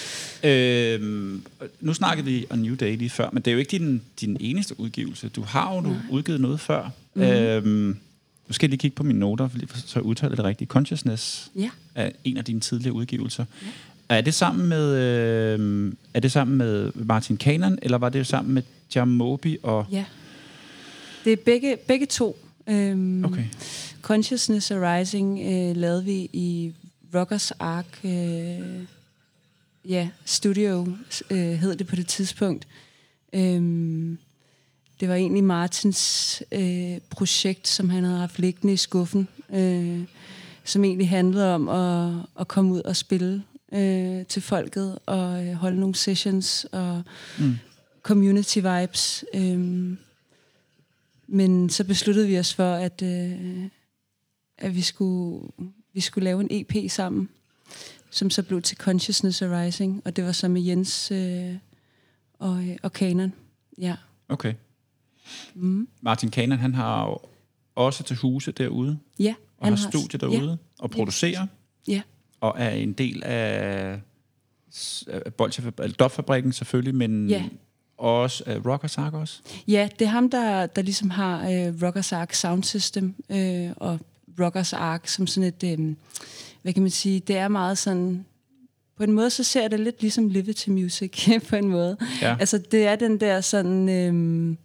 Nu snakkede vi om New Day lige før, men det er jo ikke din eneste udgivelse. Du har jo udgivet noget før. Nu skal jeg lige kigge på mine noter, så jeg udtaler det rigtigt. Consciousness er en af dine tidligere udgivelser. Ja. Er det sammen med Martin Kanan, eller var det sammen med Jamobi og... Ja, det er begge to. Okay. Consciousness Arising lavede vi i Rockers Ark Studio, hed det på det tidspunkt. Det var egentlig Martins projekt, som han havde haft liggende i skuffen, som egentlig handlede om at komme ud og spille til folket og holde nogle sessions og community vibes. Men så besluttede vi os for, at vi skulle lave en EP sammen, som så blev til Consciousness Arising, og det var så med Jens og Kanan. Ja. Okay. Martin Kanan, han har jo også til huse derude. Ja. Og har studie derude og producerer. Ja. Og er en del af Dopfabrikken selvfølgelig, men også af Rockers Ark også. Ja, det er ham, der ligesom har Rockers Ark Sound System og Rockers Ark som sådan et, hvad kan man sige, det er meget sådan, på en måde så ser jeg det lidt ligesom Liberty Music på en måde. Ja. Altså det er den der sådan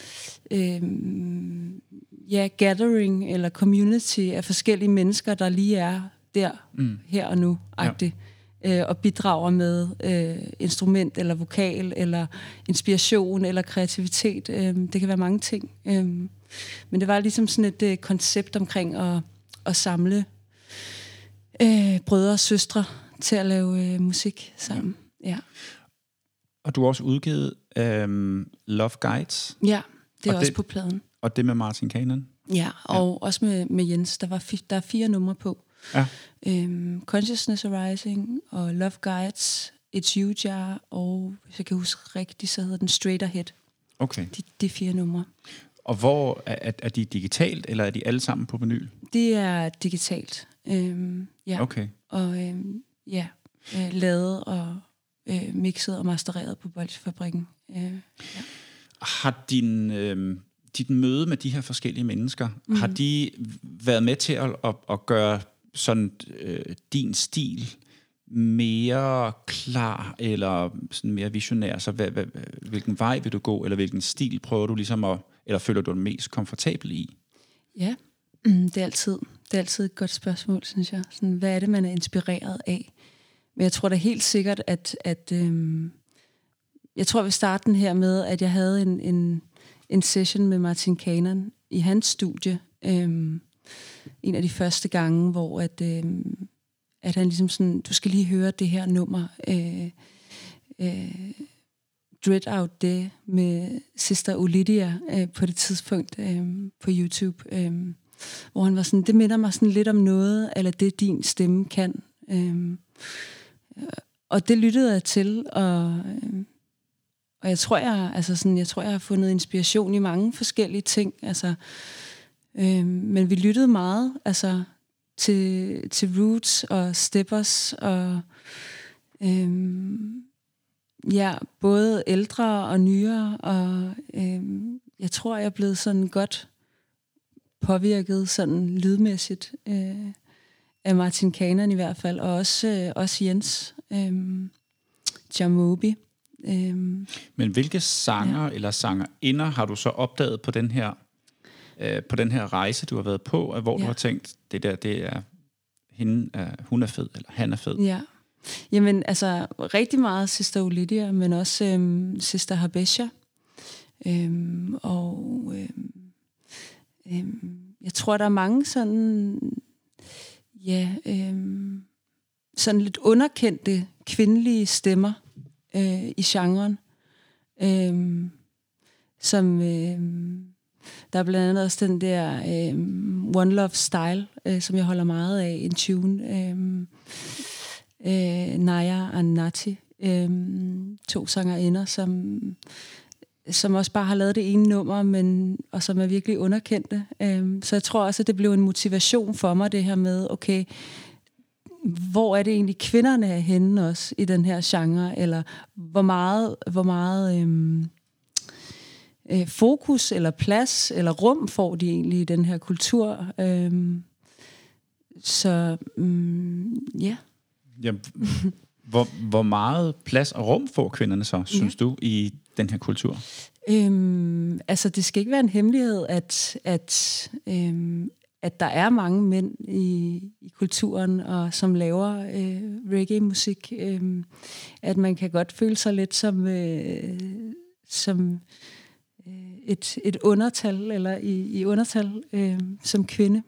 gathering eller community af forskellige mennesker, der lige er der, her og nu-agtigt. Og bidrager med instrument eller vokal eller inspiration eller kreativitet. Det kan være mange ting. Men det var ligesom sådan et koncept omkring at samle brødre og søstre til at lave musik sammen. Ja. Og du har også udgivet Love Guides. Ja, det er også på pladen. Og det med Martin Kanan. Ja, og også med Jens. Der er 4 numre på. Ja. Consciousness Arising og Love Guides, It's You Jar, og hvis jeg kan huske rigtigt, så hedder den Straight Ahead. Okay. De 4 numre. Og hvor er de digitalt, eller er de alle sammen på vinyl? Det er digitalt. Ja. Okay. Og lavet og mixet og mastereret på Bolsjefabrikken. Ja. Har dit møde med de her forskellige mennesker, har de været med til at gøre sådan din stil mere klar eller sådan mere visionær? Så hvilken vej vil du gå, eller hvilken stil prøver du ligesom eller føler du dig mest komfortabel i? Ja, det er altid et godt spørgsmål, synes jeg. Sådan, hvad er det, man er inspireret af? Men jeg tror da helt sikkert, at jeg tror, vi starter den her med, at jeg havde en session med Martin Kanan i hans studie. En af de første gange, hvor at han ligesom sådan, du skal lige høre det her nummer, Dread Out Day med Sister Olivia på det tidspunkt på YouTube, hvor han var sådan, det minder mig sådan lidt om noget, eller det din stemme kan. Og det lyttede jeg til, og jeg tror, jeg har fundet inspiration i mange forskellige ting, altså. Men vi lyttede meget til Roots og Steppers og både ældre og nyere, og jeg tror, jeg er blevet sådan godt påvirket sådan lydmæssigt af Martin Kanan i hvert fald, og også Jens Jamobi. Men hvilke sanger eller sangerinder har du så opdaget på den her rejse, du har været på, hvor du har tænkt, det er hende, hun er fed, eller han er fed? Ja. Jamen, altså, rigtig meget Sister Olivia, men også Sister Habesha. jeg tror, der er mange sådan, sådan lidt underkendte kvindelige stemmer i genren. Som der er blandt andet også den der One Love Style, som jeg holder meget af, en tune. Naya og Nati, 2 sangerinder, som også bare har lavet det ene nummer, og som er virkelig underkendte. Så jeg tror også, at det blev en motivation for mig, det her med, okay, hvor er det egentlig kvinderne er henne også i den her genre, eller hvor meget fokus eller plads eller rum får de egentlig i den her kultur. Ja. Jamen, hvor meget plads og rum får kvinderne så, synes du, i den her kultur? Altså, det skal ikke være en hemmelighed, at der er mange mænd i kulturen, og som laver reggae-musik. At man kan godt føle sig lidt som et undertal, eller i undertal som kvinde.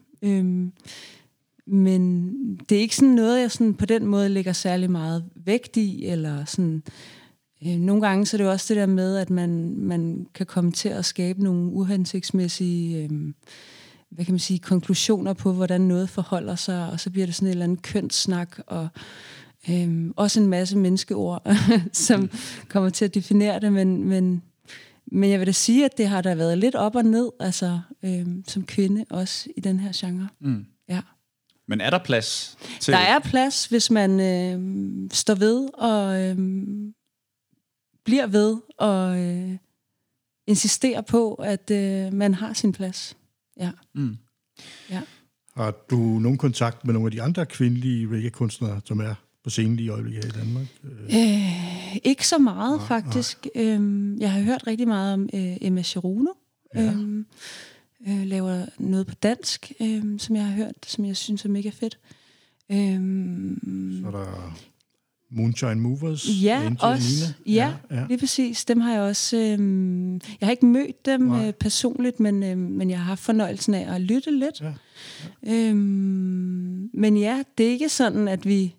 Men det er ikke sådan noget, jeg sådan på den måde lægger særlig meget vægt i, eller sådan. Nogle gange så er det jo også det der med, at man kan komme til at skabe nogle uhensigtsmæssige, hvad kan man sige, konklusioner på, hvordan noget forholder sig, og så bliver det sådan en eller anden kønssnak, og også en masse menneskeord, som kommer til at definere det, men jeg vil da sige, at det har der været lidt op og ned, altså som kvinde også i den her genre. Ja. Men er der plads til... Der er plads, hvis man står ved og bliver ved og insisterer på, at man har sin plads. Ja. Ja. Har du nogen kontakt med nogle af de andre kvindelige reggae-kunstnere, som er på scenen lige i øjeblikket her i Danmark? Ikke så meget, faktisk. Jeg har hørt rigtig meget om Emma Cheruno. Ja. Laver noget på dansk, som jeg har hørt, som jeg synes er mega fedt. Så er der Moonshine Movers. Ja, også. Ja, lige præcis. Dem har jeg også... jeg har ikke mødt dem personligt, men jeg har haft fornøjelsen af at lytte lidt. Ja. Men ja, det er ikke sådan, at vi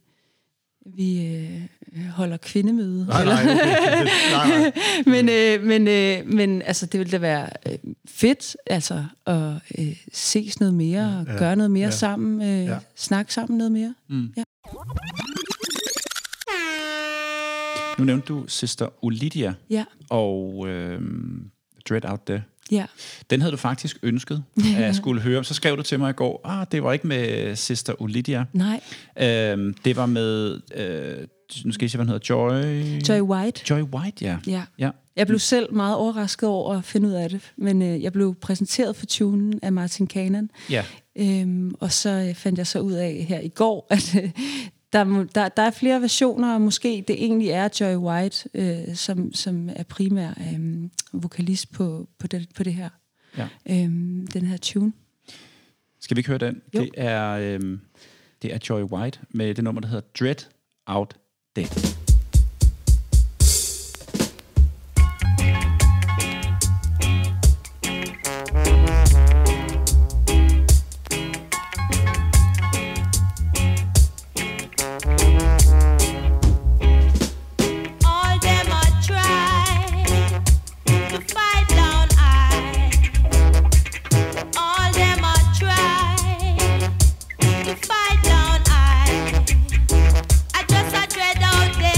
holder kvindemøde. Nej. Men altså, det ville da være fedt altså, at ses noget mere, og gøre noget mere sammen, snakke sammen noget mere. Ja. Nu nævnte du Sister Olivia og Dread Out There. Ja. Den havde du faktisk ønsket at skulle høre. Så skrev du til mig i går, det var ikke med Sister Olivia. Nej. Det var med, nu skal jeg se, hvad den hedder, Joy White. Joy White, ja. Jeg blev selv meget overrasket over at finde ud af det, men jeg blev præsenteret for tunen af Martin Kanan. Ja. Og så fandt jeg så ud af her i går, at der er flere versioner, og måske det egentlig er Joy White, som er primær vokalist på det her, den her tune. Skal vi ikke høre den? Jo. Det er Joy White med det nummer, der hedder Dread Out There. Fight down I just a dread out there.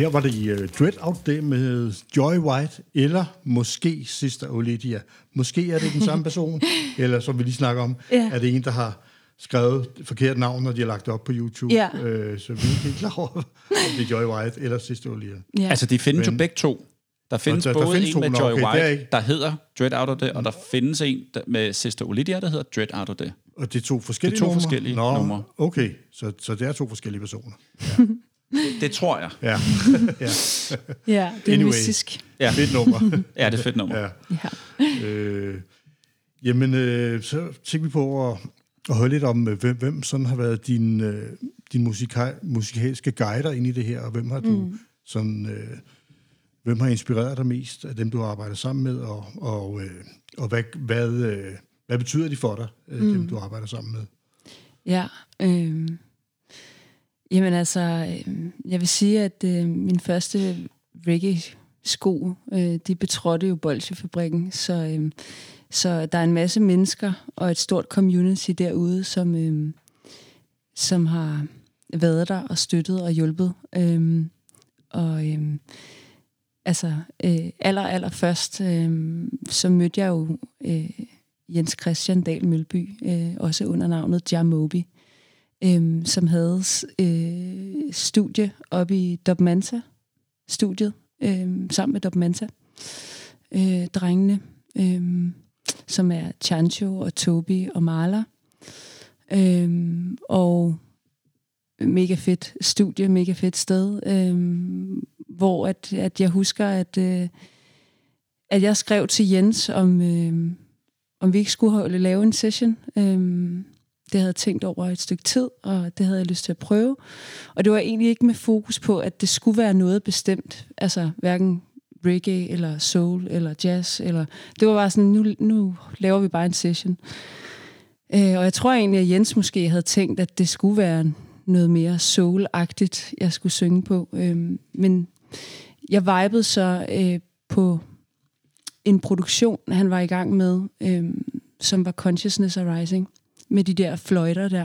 Her var det Dread Out Day med Joy White, eller måske Sister Olivia. Måske er det den samme person, eller som vi lige snakker om, er det en, der har skrevet forkert navn, når de har lagt det op på YouTube. Ja. Så vi er ikke klar over, om det er Joy White eller Sister Olivia. Ja. Altså, de findes jo begge to. Der findes både en med Joy White, der hedder Dread Out of Day, og der findes en med Sister Olivia, der hedder Dread Out of Day. Og det er to forskellige forskellige numre. Okay, så det er to forskellige personer. Ja. Det tror jeg. Ja, ja det er mystisk. Ja. Fedt nummer. Ja, det er fedt nummer. Ja. Så tænker vi på at høre lidt om, hvem sådan har været din musikalske guider ind i det her, og hvem har du sådan... Hvem har inspireret dig mest af dem, du har arbejdet sammen med, og hvad betyder de for dig, dem du arbejder sammen med? Ja, jamen altså, jeg vil sige, at min første reggae-sko, de betrådte jo Bolsjefabrikken, så der er en masse mennesker og et stort community derude, som har været der og støttet og hjulpet. Aller først, så mødte jeg jo Jens Christian Dahl Mølby, også under navnet Jamobi, som havde studie oppe i Dub Manta-studiet, sammen med Dub Manta-drengene, som er Chancho og Toby og Marla. Og mega fedt studie, mega fedt sted, hvor at jeg husker, at jeg skrev til Jens, om vi ikke skulle lave en session. Det havde jeg tænkt over et stykke tid, og det havde jeg lyst til at prøve. Og det var egentlig ikke med fokus på, at det skulle være noget bestemt, altså hverken reggae, eller soul, eller jazz, eller det var bare sådan, nu laver vi bare en session. Og jeg tror egentlig, at Jens måske havde tænkt, at det skulle være noget mere soul-agtigt, jeg skulle synge på. Men jeg vibede så på en produktion, han var i gang med, som var Consciousness Arising, med de der fløjter der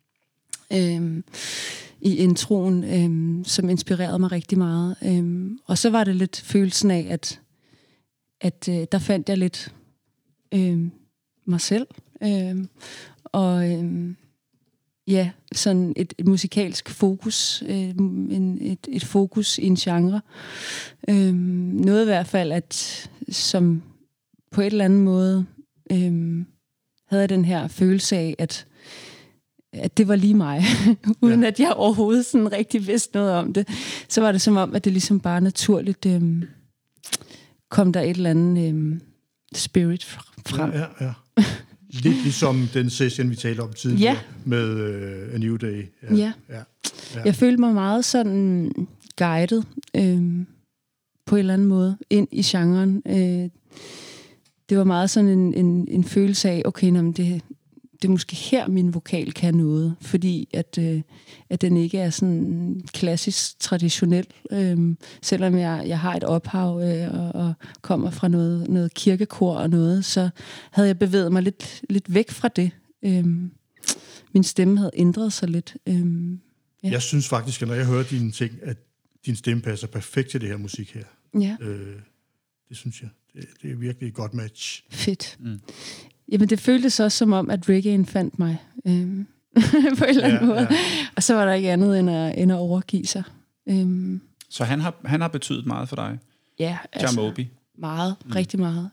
i introen, som inspirerede mig rigtig meget. Og så var det lidt følelsen af, at der fandt jeg lidt mig selv. Ja, sådan et musikalsk fokus, et fokus i en genre. Noget i hvert fald, som på et eller andet måde havde den her følelse af, at det var lige mig, uden at jeg overhovedet sådan rigtig vidste noget om det. Så var det som om, at det ligesom bare naturligt kom der et eller andet spirit frem. Ja. Lidt ligesom den session, vi talte om tidligere med A New Day. Ja. Jeg følte mig meget sådan guidet på en eller anden måde ind i genren. Det var meget sådan en følelse af, okay, det er måske her, min vokal kan noget, fordi at den ikke er sådan klassisk traditionel, selvom jeg har et ophav og kommer fra noget kirkekor og noget, så havde jeg bevæget mig lidt væk fra det. Min stemme havde ændret sig lidt. Ja. Jeg synes faktisk, at når jeg hører dine ting, at din stemme passer perfekt til det her musik her. Ja. Det synes jeg. Det er virkelig et godt match. Fedt. Jamen, det føltes også som om, at reggaen fandt mig på en eller anden måde. Ja. Og så var der ikke andet end at overgive sig. Så han har betydet meget for dig? Ja, Jamobi? Meget, rigtig meget.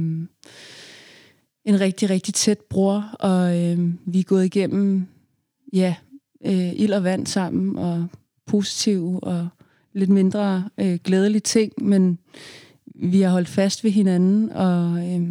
En rigtig, rigtig tæt bror, og vi er gået igennem ild og vand sammen, og positive og lidt mindre glædelige ting, men vi har holdt fast ved hinanden, og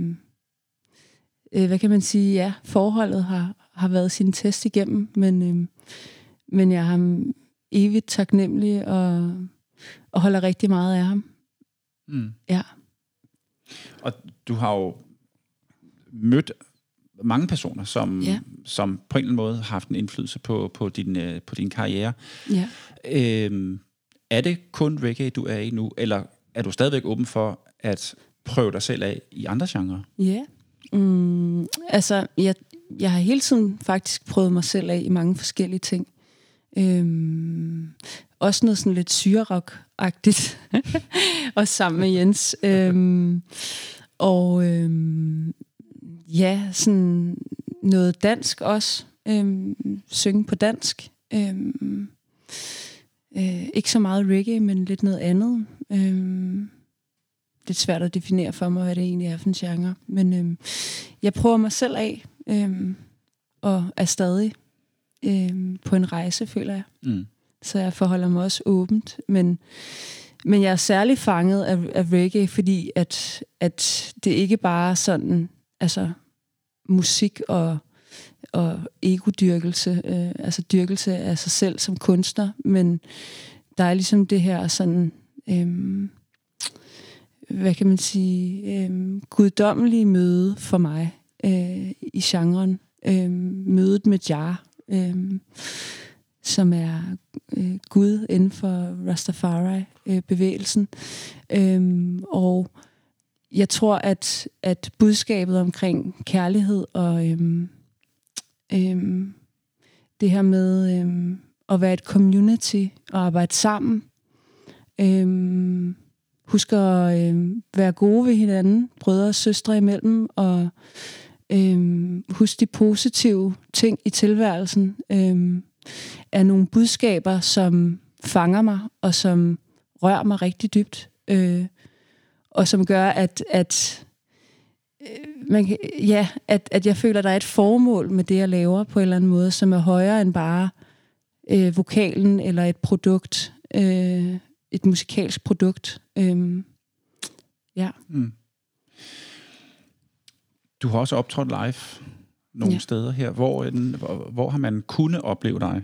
hvad kan man sige, ja, forholdet har været sin test igennem, men jeg er ham evigt taknemmelig og holder rigtig meget af ham. Ja. Og du har jo mødt mange personer, som på en eller anden måde har haft en indflydelse på din karriere. Ja. Er det kun reggae, du er i nu, eller er du stadigvæk åben for at prøve dig selv af i andre genrer? Ja. Altså, jeg har hele tiden faktisk prøvet mig selv af i mange forskellige ting. Også noget sådan lidt syrerock-agtigt. agtigt også sammen med Jens. Ja, sådan noget dansk også. Synge på dansk. Ikke så meget reggae, men lidt noget andet. Det er svært at definere for mig, hvad det egentlig er for en genre. Men jeg prøver mig selv af, og er stadig på en rejse, føler jeg. Så jeg forholder mig også åbent. Men jeg er særlig fanget af reggae, fordi at det ikke bare sådan, altså musik og egodyrkelse, altså dyrkelse af sig selv som kunstner, men der er ligesom det her sådan, hvad kan man sige, guddommelige møde for mig i genren. Mødet med Jah, som er Gud inden for Rastafari-bevægelsen. Og jeg tror, at budskabet omkring kærlighed og det her med at være et community og arbejde sammen, husk at være gode ved hinanden, brødre og søstre imellem, og husk de positive ting i tilværelsen, er nogle budskaber, som fanger mig, og som rører mig rigtig dybt, og som gør, at jeg føler, at der er et formål med det, jeg laver på en eller anden måde, som er højere end bare vokalen eller et produkt, et musikalsk produkt. Ja. Du har også optrådt live nogle steder her. Hvor har man kunnet opleve dig?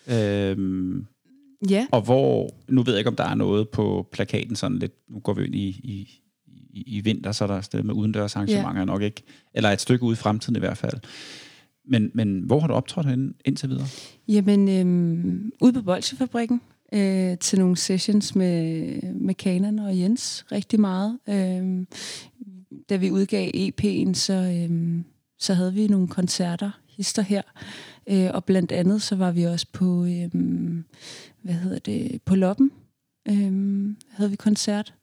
Og hvor, nu ved jeg ikke, om der er noget på plakaten sådan lidt, nu går vi ind i vinter, så er der et sted med udendørs arrangementer nok ikke, eller et stykke ude i fremtiden i hvert fald. Men hvor har du optrådt henne indtil videre? Jamen, ude på Bolsjefabrikken, til nogle sessions med Kanan og Jens, rigtig meget. Da vi udgav EP'en, så havde vi nogle koncerter, hister her, og blandt andet så var vi også på, på Loppen, havde vi koncert.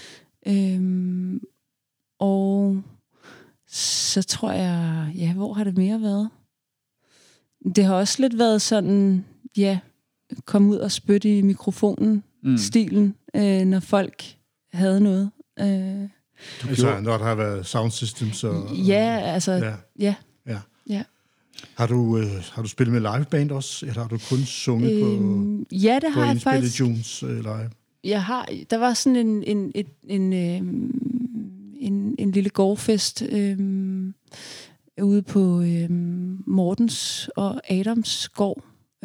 Og så tror jeg, hvor har det mere været? Det har også lidt været sådan, kom ud og spytte i mikrofonen, stilen, når folk havde noget. Altså, når der har været sound systems og... Ja, altså... Ja. Har du spillet med liveband også, eller har du kun sunget det har jeg faktisk. Tunes live? Der var sådan en lille gårdfest ude på Mortens og Adams gård,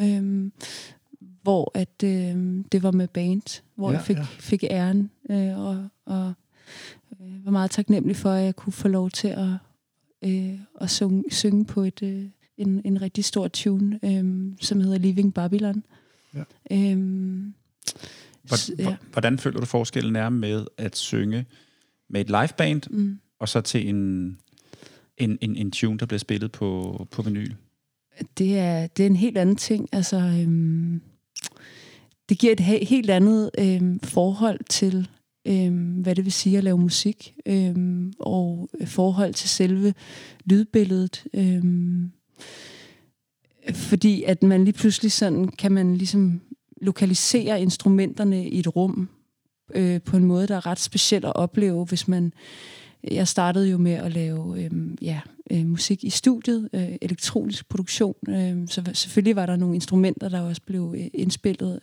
hvor at det var med band, hvor jeg fik æren og var meget taknemmelig for, at jeg kunne få lov til at synge på en rigtig stor tune, som hedder Leaving Babylon. Ja. Hvordan føler du forskellen er med at synge med et liveband, og så til en tune, der bliver spillet på vinyl? Det er en helt anden ting. Altså, det giver et helt andet forhold til, hvad det vil sige at lave musik, og forhold til selve lydbilledet. Fordi at man lige pludselig sådan, kan man ligesom lokalisere instrumenterne i et rum på en måde, der er ret speciel at opleve, hvis man... Jeg startede jo med at lave musik i studiet, elektronisk produktion, så selvfølgelig var der nogle instrumenter, der også blev indspillet,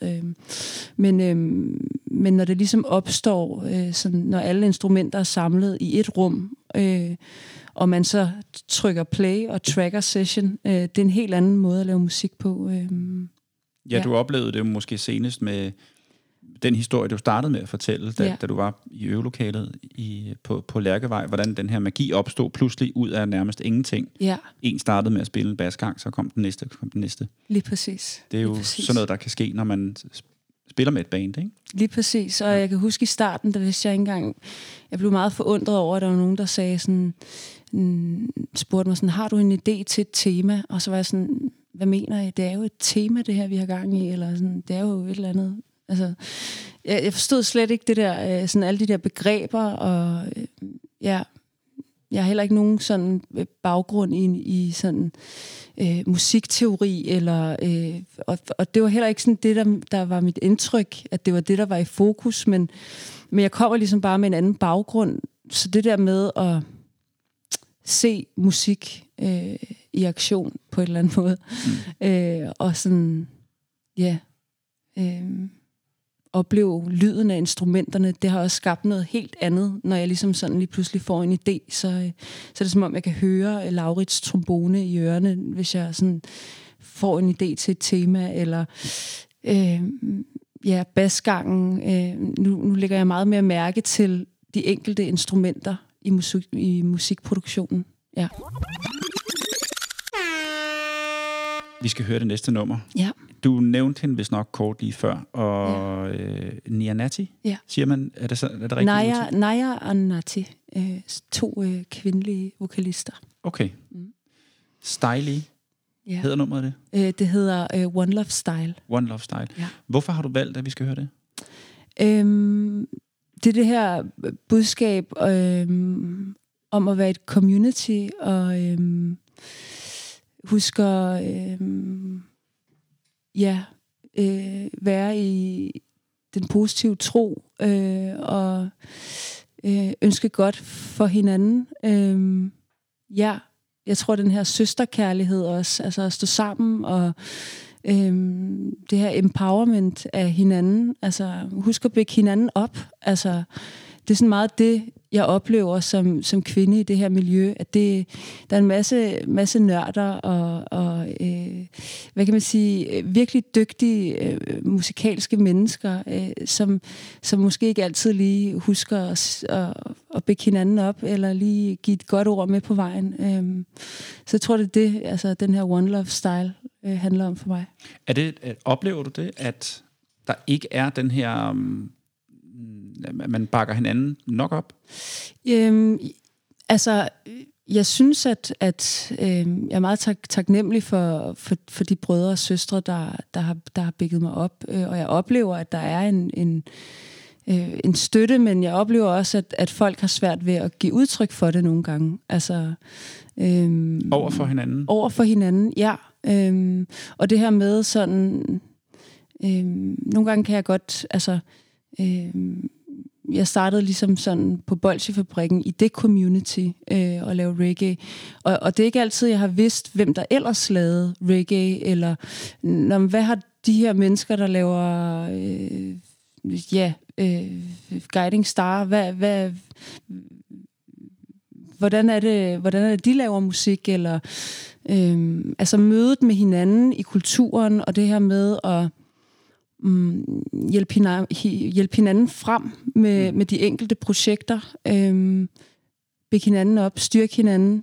men når det ligesom opstår, sådan, når alle instrumenter er samlet i et rum, og man så trykker play og tracker session, det er en helt anden måde at lave musik på. Du oplevede det måske senest med den historie, du startede med at fortælle, da du var i øvelokalet på Lærkevej, hvordan den her magi opstod pludselig ud af nærmest ingenting. Ja. En startede med at spille en basgang, så kom den næste. Lige præcis. Det er jo sådan noget, der kan ske, når man spiller med et band, ikke? Lige præcis, og jeg kan huske i starten, der vidste jeg ikke engang, jeg blev meget forundret over, at der var nogen, der sagde sådan, spurgte mig sådan, har du en idé til et tema? Og så var jeg sådan, hvad mener I? Det er jo et tema, det her, vi har gang i, eller sådan, det er jo et eller andet. Altså, jeg forstod slet ikke det der, sådan alle de der begreber, og jeg har heller ikke nogen sådan baggrund i sådan musikteori, eller, og det var heller ikke sådan det, der var mit indtryk, at det var det, der var i fokus, men jeg kommer ligesom bare med en anden baggrund, så det der med at se musik i aktion på et eller andet måde, og sådan, opleve lyden af instrumenterne, det har også skabt noget helt andet, når jeg ligesom sådan lige pludselig får en idé, så er det som om, jeg kan høre Laurits trombone i ørerne, hvis jeg sådan får en idé til et tema, eller basgangen. Nu lægger jeg meget mere mærke til de enkelte instrumenter i musikproduktionen. Ja. Vi skal høre det næste nummer. Ja. Du nævnte hende vist nok kort lige før, og Nia Nati, siger man, er det rigtigt? Naja og Nati, 2 kvindelige vokalister. Okay. Style hedder nummeret det? Det hedder One Love Style. One Love Style. Ja. Hvorfor har du valgt, at vi skal høre det? Det er det her budskab om at være et community, og husker være i den positive tro, og ønske godt for hinanden. Jeg tror, den her søsterkærlighed også, altså at stå sammen, og det her empowerment af hinanden, altså husk at bygge hinanden op, altså det er sådan meget det, jeg oplever som kvinde i det her miljø, at der er en masse nørder og hvad kan man sige, virkelig dygtige musikalske mennesker, som måske ikke altid lige husker at bygge hinanden op, eller lige give et godt ord med på vejen. Så jeg tror, det er det, altså den her One Love Style handler om for mig. Oplever du det, at der ikke er den her... man bakker hinanden nok op? Jeg synes, at jeg er meget taknemmelig for de brødre og søstre, der har bækket mig op, og jeg oplever, at der er en støtte, men jeg oplever også, at folk har svært ved at give udtryk for det nogle gange. Altså, over for hinanden? Over for hinanden, ja. Og det her med sådan... nogle gange kan jeg godt... Altså, jeg startede ligesom sådan på Bolsjefabrikken i det community og lave reggae. Og det er ikke altid, jeg har vidst, hvem der ellers lavede reggae, eller hvad har de her mennesker, der laver Guiding Star, hvordan er det, de laver musik, eller altså mødet med hinanden i kulturen, og det her med at hjælpe hinanden frem med de enkelte projekter, bække hinanden op, styrke hinanden.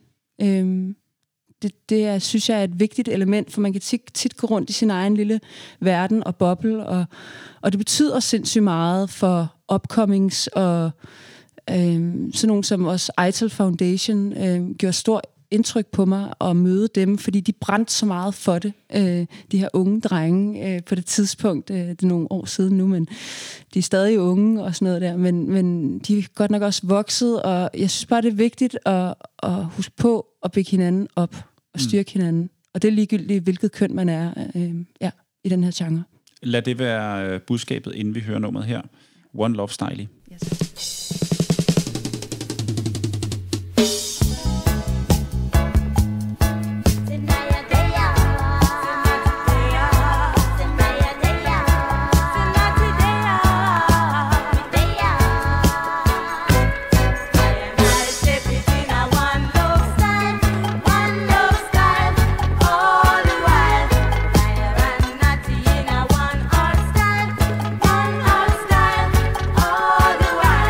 Det synes jeg er et vigtigt element, for man kan tit gå rundt i sin egen lille verden og boble, og det betyder sindssygt meget for upcomings, og sådan nogen som også Eitel Foundation gjorde stor indtryk på mig at møde dem, fordi de brændte så meget for det, de her unge drenge på det tidspunkt. Det er nogle år siden nu, men de er stadig unge og sådan noget der, men de er godt nok også vokset, og jeg synes bare, det er vigtigt at huske på at bygge hinanden op og styrke hinanden. Og det er ligegyldigt, hvilket køn man er i den her genre. Lad det være budskabet, inden vi hører nummeret her. One Love Style. Yes. All the while.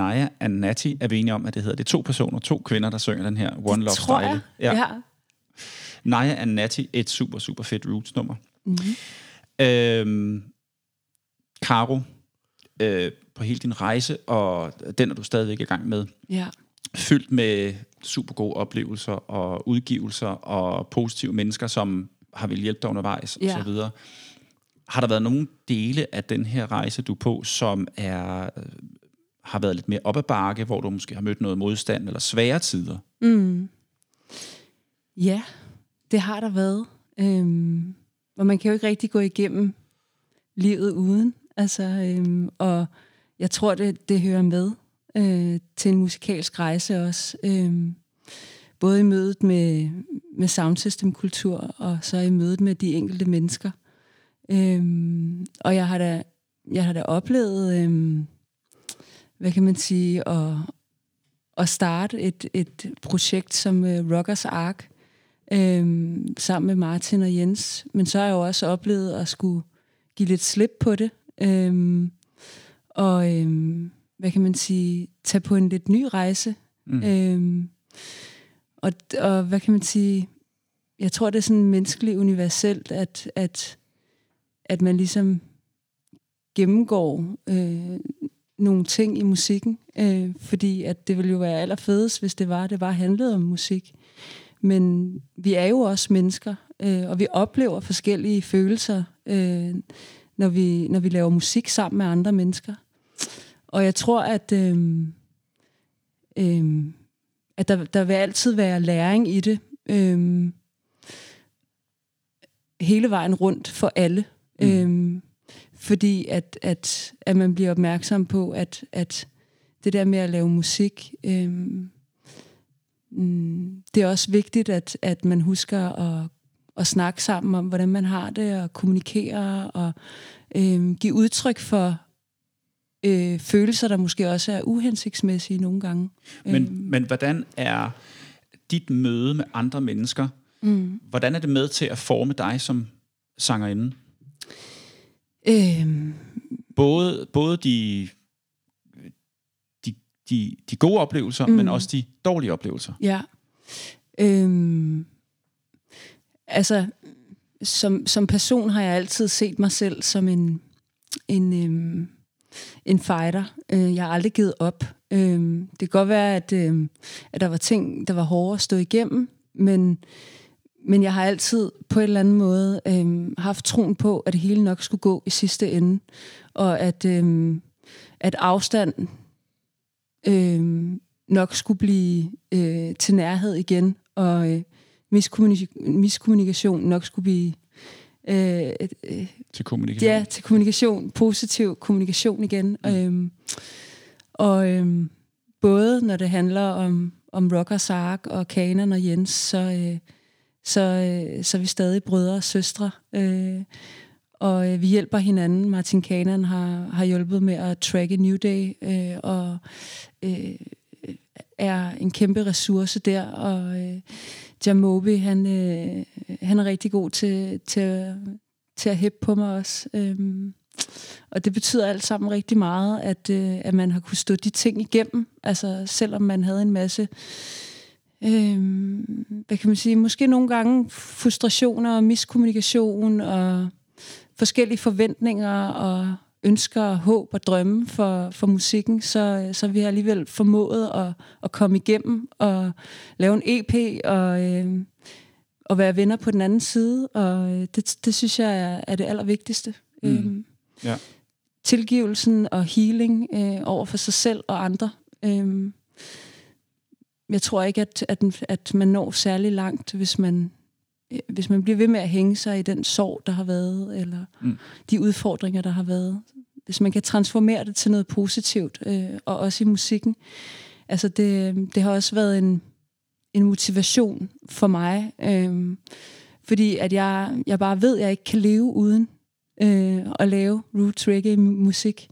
Naya and Natty, er vi enige om, at det hedder. Det er 2 personer, 2 kvinder, der synger den her One Love tror Style. Jeg. Ja. Naya and Natty, et super, super fedt roots-nummer. Caro, på hele din rejse, og den er du stadigvæk i gang med. Ja. Fyldt med super gode oplevelser og udgivelser og positive mennesker, som har vil hjælpe dig undervejs og så videre. Har der været nogle dele af den her rejse, du er på, som har været lidt mere op ad bakke, hvor du måske har mødt noget modstand eller svære tider? Ja, det har der været. Og man kan jo ikke rigtig gå igennem livet uden. Og jeg tror, det hører med til en musikalsk rejse også. Både i mødet med soundsystem-kultur, og så i mødet med de enkelte mennesker. Og jeg har da oplevet, hvad kan man sige, at starte et projekt som Rockers Ark, sammen med Martin og Jens. Men så har jeg jo også oplevet at skulle give lidt slip på det. Hvad kan man sige, tage på en lidt ny rejse. Og hvad kan man sige, jeg tror, det er sådan menneskeligt universelt, at man ligesom gennemgår nogle ting i musikken, fordi at det ville jo være allerfedest, hvis det bare handlede om musik. Men vi er jo også mennesker, og vi oplever forskellige følelser, når vi laver musik sammen med andre mennesker. Og jeg tror, at der vil altid være læring i det, hele vejen rundt for alle. Fordi at man bliver opmærksom på, at det der med at lave musik, det er også vigtigt, at man husker at snakke sammen om, hvordan man har det, og kommunikere, og give udtryk for følelser, der måske også er uhensigtsmæssige nogle gange. Men hvordan er dit møde med andre mennesker, hvordan er det med til at forme dig som sangerinde? Både de gode oplevelser, men også de dårlige oplevelser. Ja. Som person har jeg altid set mig selv som en fighter. Jeg har aldrig givet op. Det kan godt være, at der var ting, der var hårde at stå igennem, men jeg har altid på en eller anden måde haft troen på, at det hele nok skulle gå i sidste ende, og at afstand nok skulle blive til nærhed igen, og miskommunikation nok skulle blive til kommunikation. Ja, til kommunikation, positiv kommunikation igen. Både når det handler om Rockers Ark og Kanan og Jens, så er vi stadig brødre og søstre. Og vi hjælper hinanden. Martin Kanan har hjulpet med at tracke New Day, og er en kæmpe ressource der. Og Jamobi, han er rigtig god til at hæppe på mig også. Og det betyder alt sammen rigtig meget, at man har kunne stå de ting igennem. Altså selvom man havde en masse, hvad kan man sige, måske nogle gange frustrationer og miskommunikation og forskellige forventninger og ønsker og håb og drømme for musikken, så vi har alligevel formået at komme igennem og lave en EP og være venner på den anden side, og det synes jeg er det allervigtigste. Ja. Tilgivelsen og healing over for sig selv og andre. Jeg tror ikke, at man når særlig langt, hvis man bliver ved med at hænge sig i den sorg, der har været, eller de udfordringer, der har været. Hvis man kan transformere det til noget positivt, og også i musikken. Altså det har også været en motivation for mig, fordi at jeg bare ved, at jeg ikke kan leve uden at lave roots reggae musik.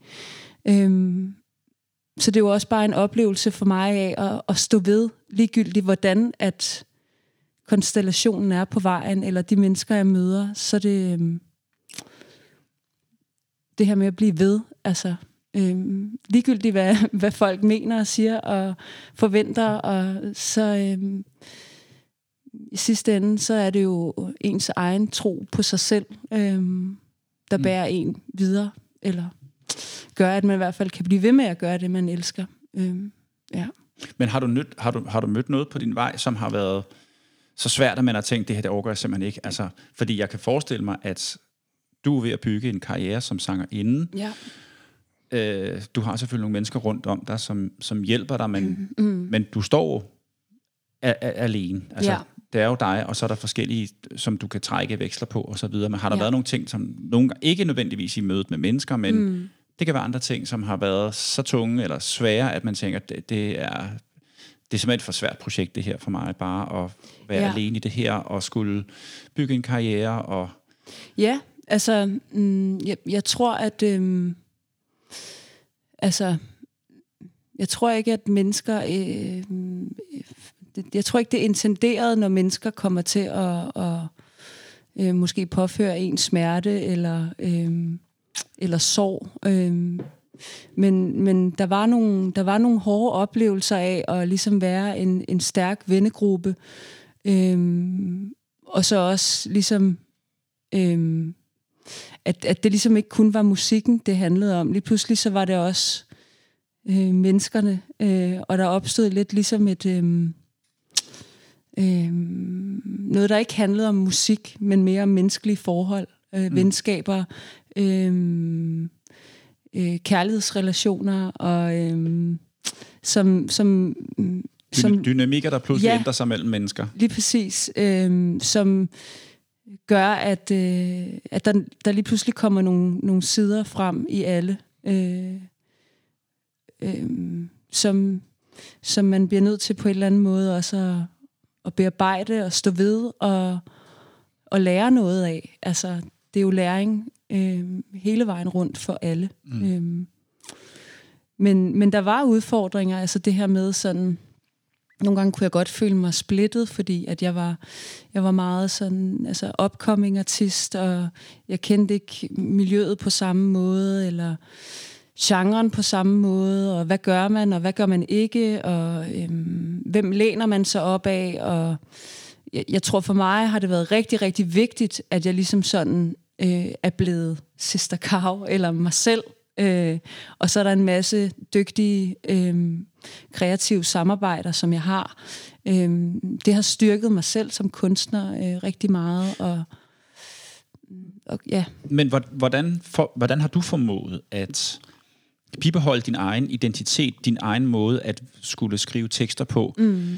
Så det er jo også bare en oplevelse for mig af at stå ved, ligegyldigt hvordan at konstellationen er på vejen, eller de mennesker, jeg møder, så det her med at blive ved, altså Ligegyldigt hvad folk mener og siger og forventer, og så i sidste ende, så er det jo ens egen tro på sig selv, der bærer en videre, eller gør, at man i hvert fald kan blive ved med at gøre det, man elsker. Ja. Men har du mødt noget på din vej, som har været så svært, at man har tænkt, det her, det overgår jeg simpelthen ikke? Altså, fordi jeg kan forestille mig, at du er ved at bygge en karriere som sangerinde. Ja. Du har selvfølgelig nogle mennesker rundt om dig, som hjælper dig, men du står alene. Altså, ja. Det er jo dig, og så er der forskellige, som du kan trække veksler på, og så videre. Men har der været nogle ting, som ikke nødvendigvis i mødet med mennesker, men det kan være andre ting, som har været så tunge eller svære, at man tænker, det er simpelthen et for svært projekt, det her for mig, bare at være alene i det her, og skulle bygge en karriere. Og ja, altså, jeg tror, at jeg tror ikke, at mennesker jeg tror ikke, det er intenderet, når mennesker kommer til at måske påføre en smerte eller sorg. Men der var nogle hårde oplevelser af at ligesom være en stærk vennegruppe. Og så også ligesom at det ligesom ikke kun var musikken, det handlede om. Lige pludselig så var det også menneskerne, og der opstod lidt ligesom et noget, der ikke handlede om musik, men mere om menneskelige forhold, venskaber, kærlighedsrelationer, og som dynamikker, der pludselig ændrer sig mellem mennesker. Lige præcis, som gør, at der lige pludselig kommer nogle sider frem i alle, som man bliver nødt til på en eller anden måde også at bearbejde og stå ved og lære noget af. Altså, det er jo læring hele vejen rundt for alle. Men der var udfordringer, altså det her med sådan, nogle gange kunne jeg godt føle mig splittet, fordi at jeg var meget sådan, altså upcoming artist, og jeg kendte ikke miljøet på samme måde, eller genren på samme måde, og hvad gør man, og hvad gør man ikke, og hvem læner man sig op af, og jeg tror for mig har det været rigtig, rigtig vigtigt, at jeg ligesom sådan er blevet Sister Cow, eller mig selv, og så er der en masse dygtige kreative samarbejder, som jeg har. Det har styrket mig selv som kunstner rigtig meget, og ja. Men hvordan har du formået at bibeholde din egen identitet, din egen måde at skulle skrive tekster på,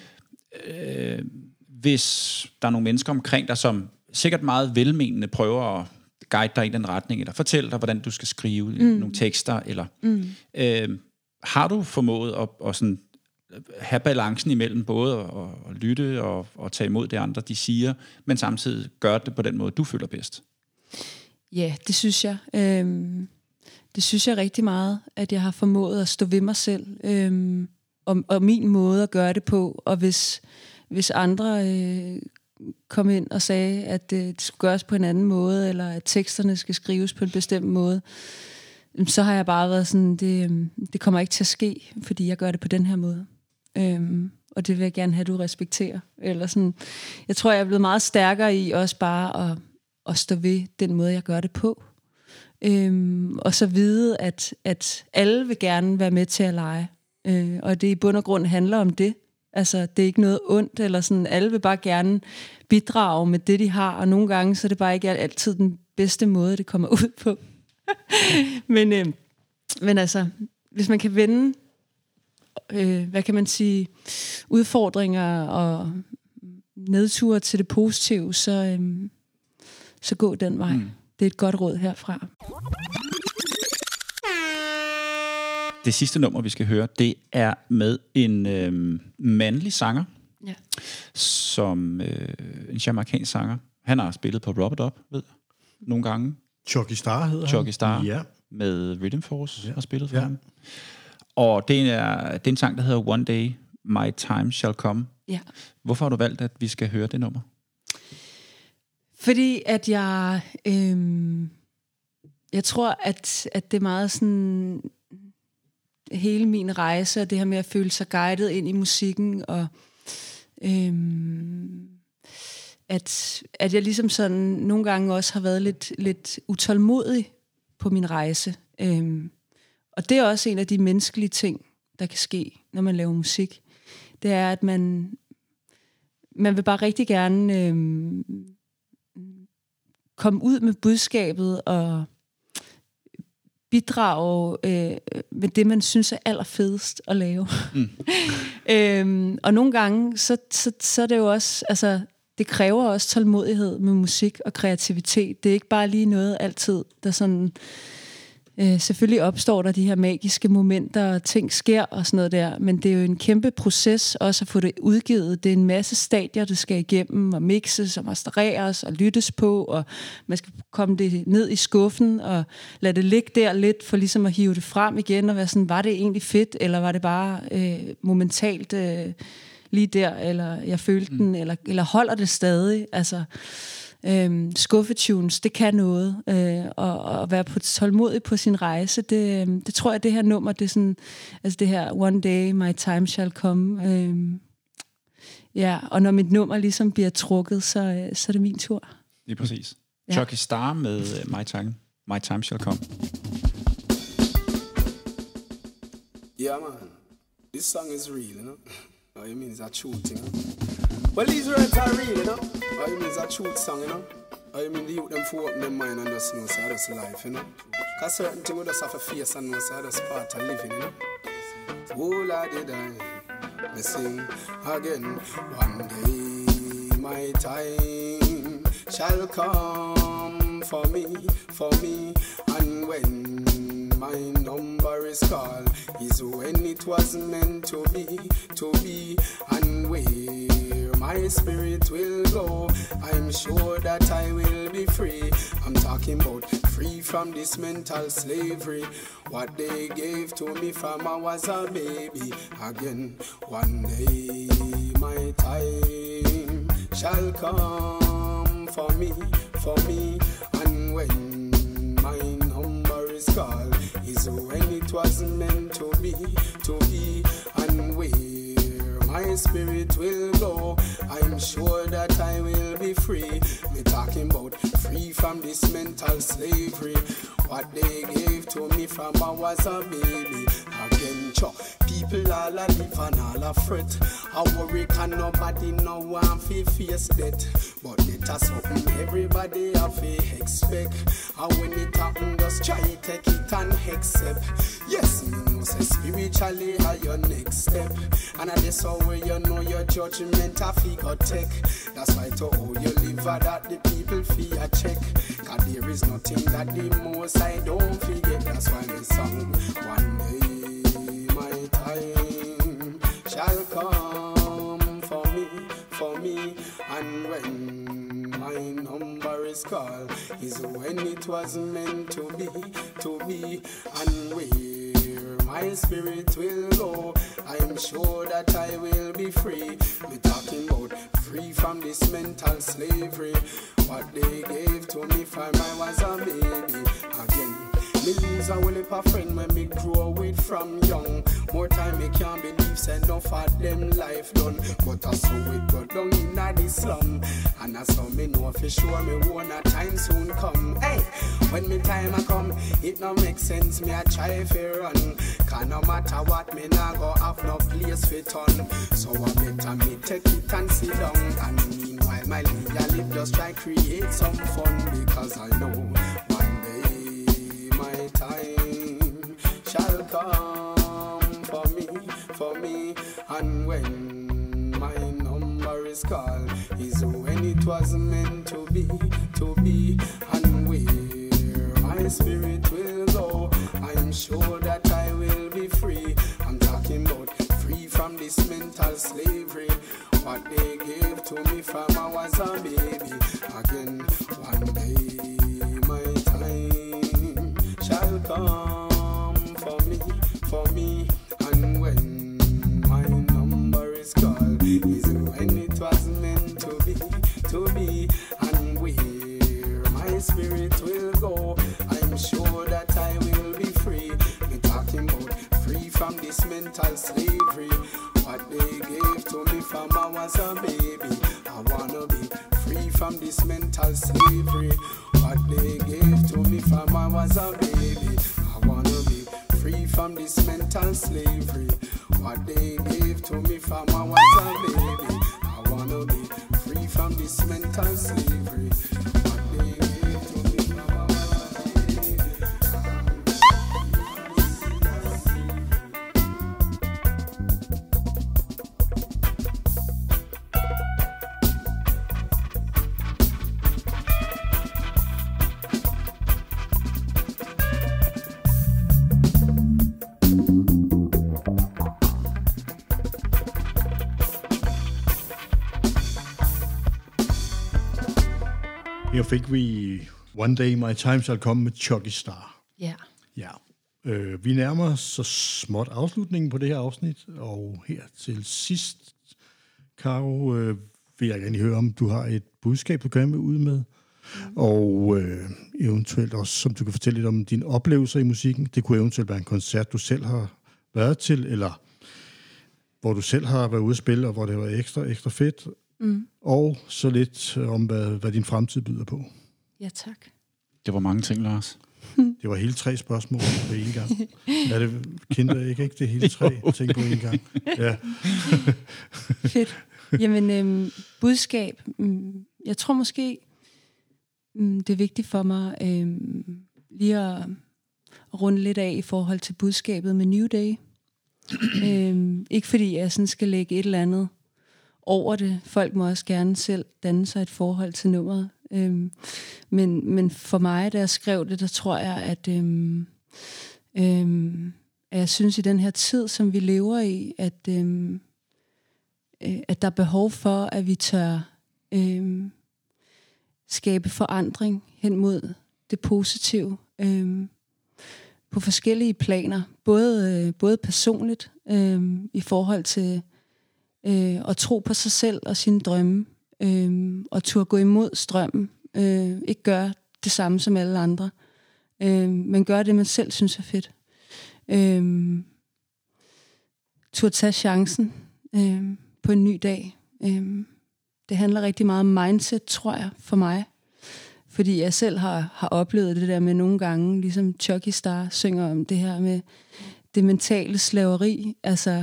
hvis der er nogle mennesker omkring dig, som sikkert meget velmenende prøver at guide dig i den retning, eller fortælle dig, hvordan du skal skrive nogle tekster, eller har du formået at sådan have balancen imellem både at lytte og tage imod det andre, de siger, men samtidig gøre det på den måde, du føler bedst? Ja, det synes jeg. Det synes jeg rigtig meget, at jeg har formået at stå ved mig selv, og min måde at gøre det på, og hvis andre kom ind og sagde, at det skulle gøres på en anden måde, eller at teksterne skal skrives på en bestemt måde, så har jeg bare været sådan, det kommer ikke til at ske, fordi jeg gør det på den her måde. Og det vil jeg gerne have, du respekterer. Eller sådan. Jeg tror, jeg er blevet meget stærkere i også bare at stå ved den måde, jeg gør det på. Og så vide, at alle vil gerne være med til at lege. Og det i bund og grund handler om det. Altså, det er ikke noget ondt, eller sådan. Alle vil bare gerne bidrage med det, de har, og nogle gange, så er det bare ikke altid den bedste måde, det kommer ud på. Men altså, hvis man kan vende, hvad kan man sige, udfordringer og nedture til det positive, så gå den vej. Det er et godt råd herfra. Det sidste nummer, vi skal høre, det er med en mandlig sanger, som en jamaicansk sanger. Han har spillet på Rub It Up, ved jeg, nogle gange. Chucky Star hedder han. Chucky Star, ja. Med Rhythm Force har spillet for ham. Og det er en sang, der hedder One Day My Time Shall Come. Ja. Hvorfor har du valgt, at vi skal høre det nummer? Fordi at jeg tror, at det er meget sådan hele min rejse, og det her med at føle sig guidet ind i musikken, og at jeg ligesom sådan nogle gange også har været lidt utålmodig på min rejse. Og det er også en af de menneskelige ting, der kan ske, når man laver musik. Det er, at man vil bare rigtig gerne komme ud med budskabet og bidrage med det, man synes er allerfedest at lave. Og nogle gange, så er det jo også, altså, det kræver også tålmodighed med musik og kreativitet. Det er ikke bare lige noget altid, der sådan... Selvfølgelig opstår der de her magiske momenter, og ting sker og sådan noget der, men det er jo en kæmpe proces også at få det udgivet. Det er en masse stadier, det skal igennem, og mixes og mastereres og lyttes på, og man skal komme det ned i skuffen og lade det ligge der lidt, for ligesom at hive det frem igen og være sådan, var det egentlig fedt, eller var det bare momentalt lige der, eller jeg følte den, eller holder det stadig, altså... skuffetunes, det kan noget, og at være tålmodig på sin rejse, det tror jeg, det her nummer, det er sådan, altså det her One Day My Time Shall Come, ja, og når mit nummer ligesom bliver trukket, så er det min tur. Det er præcis. Ja. Chucky Star med My Time Shall Come. Yeah, man, this song is real, you know? Oh, it means a truth thing. Well, these words are real, you know? Oh, it means a truth song, you know? Oh, you mean the youth them for open their mind and just know, say, that's life, you know? Cause certain things we just have a face and know, say, that's part of living, you know? Oh, Lord, did me sing again. One day my time shall come for me, and when my number is called is when it was meant to be, and where my spirit will go, I'm sure that I will be free. I'm talking about free from this mental slavery, what they gave to me from I was a baby. Again, one day my time shall come for me, and when my number is called is when it was meant to be, and where my spirit will go, I'm sure that I will be free. Me talking about free from this mental slavery, what they gave to me from I was a baby. Again, people all a live and all a fret. I worry can nobody no one fi face death, but that's something everybody have to expect. And when it happen, just try take it and accept. Yes, me know say spiritually are your next step, and that's how where you know your judgment a figure take. That's why to how you live that the people fear check. Cause there is nothing that the most I don't forget. That's why me song one day my time shall come for me, and when my number is called is when it was meant to be, and where my spirit will go, I'm sure that I will be free. Me talking about free from this mental slavery, what they gave to me from I was a baby. Again, me lose a whole heap of friend when me grow with from young. More time me can't believe say enough of them life done, but I saw it go down in a the slum, and I saw me know for sure me own a time soon come. Hey, when me time a come, it no make sense me a try fi run, cause no matter what me nah go have no place fi turn. So I better me take it and sit down, and meanwhile my live just try create some fun, because I know one day my time shall come for me, and when my number is called is when it was meant to be, and where my spirit will go, I'm sure that I will be free. I'm talking about free from this mental slavery, what they gave to me from I was a baby. Again, one day my time shall come for me, and when my number is called is when it was meant to be, and where my spirit will go, I'm sure that I will be free. Me talking about free from mental slavery. What they gave to me from I was a baby. I wanna be free from this mental slavery. What they gave to me from I was a baby. I wanna be free from this mental slavery. What they gave to me from I was a baby. I wanna be free from this mental slavery. What they gave to me from I was a baby. Her fik vi One Day My Time Shall Come med Chucky Star. Ja. Ja. Vi nærmer os så småt afslutningen på det her afsnit, og her til sidst, Caro, vil jeg gerne høre, om du har et budskab, du gerne vil ud med, og eventuelt også, som du kan fortælle lidt om dine oplevelser i musikken. Det kunne eventuelt være en koncert, du selv har været til, eller hvor du selv har været ude at spille, og hvor det var ekstra fedt. Og så lidt om, hvad din fremtid byder på. Ja, tak. Det var mange ting, Lars. Det var hele 3 spørgsmål på én gang. Er det kinder ikke det hele 3 ting på én gang? Ja. Fedt. Jamen, budskab. Jeg tror måske, det er vigtigt for mig lige at runde lidt af i forhold til budskabet med New Day. Ikke fordi jeg sådan skal lægge et eller andet over det. Folk må også gerne selv danne sig et forhold til nummeret. Men for mig, da jeg skrev det, der tror jeg, at jeg synes i den her tid, som vi lever i, at der er behov for, at vi tør skabe forandring hen mod det positive på forskellige planer. Både personligt i forhold til at tro på sig selv og sine drømme, og turde gå imod strømmen. Ikke gøre det samme som alle andre, men gøre det, man selv synes er fedt. Turde tage chancen på en ny dag. Det handler rigtig meget om mindset, tror jeg, for mig. Fordi jeg selv har oplevet det der med nogle gange, ligesom Chucky Star synger om det her med det mentale slaveri. Altså,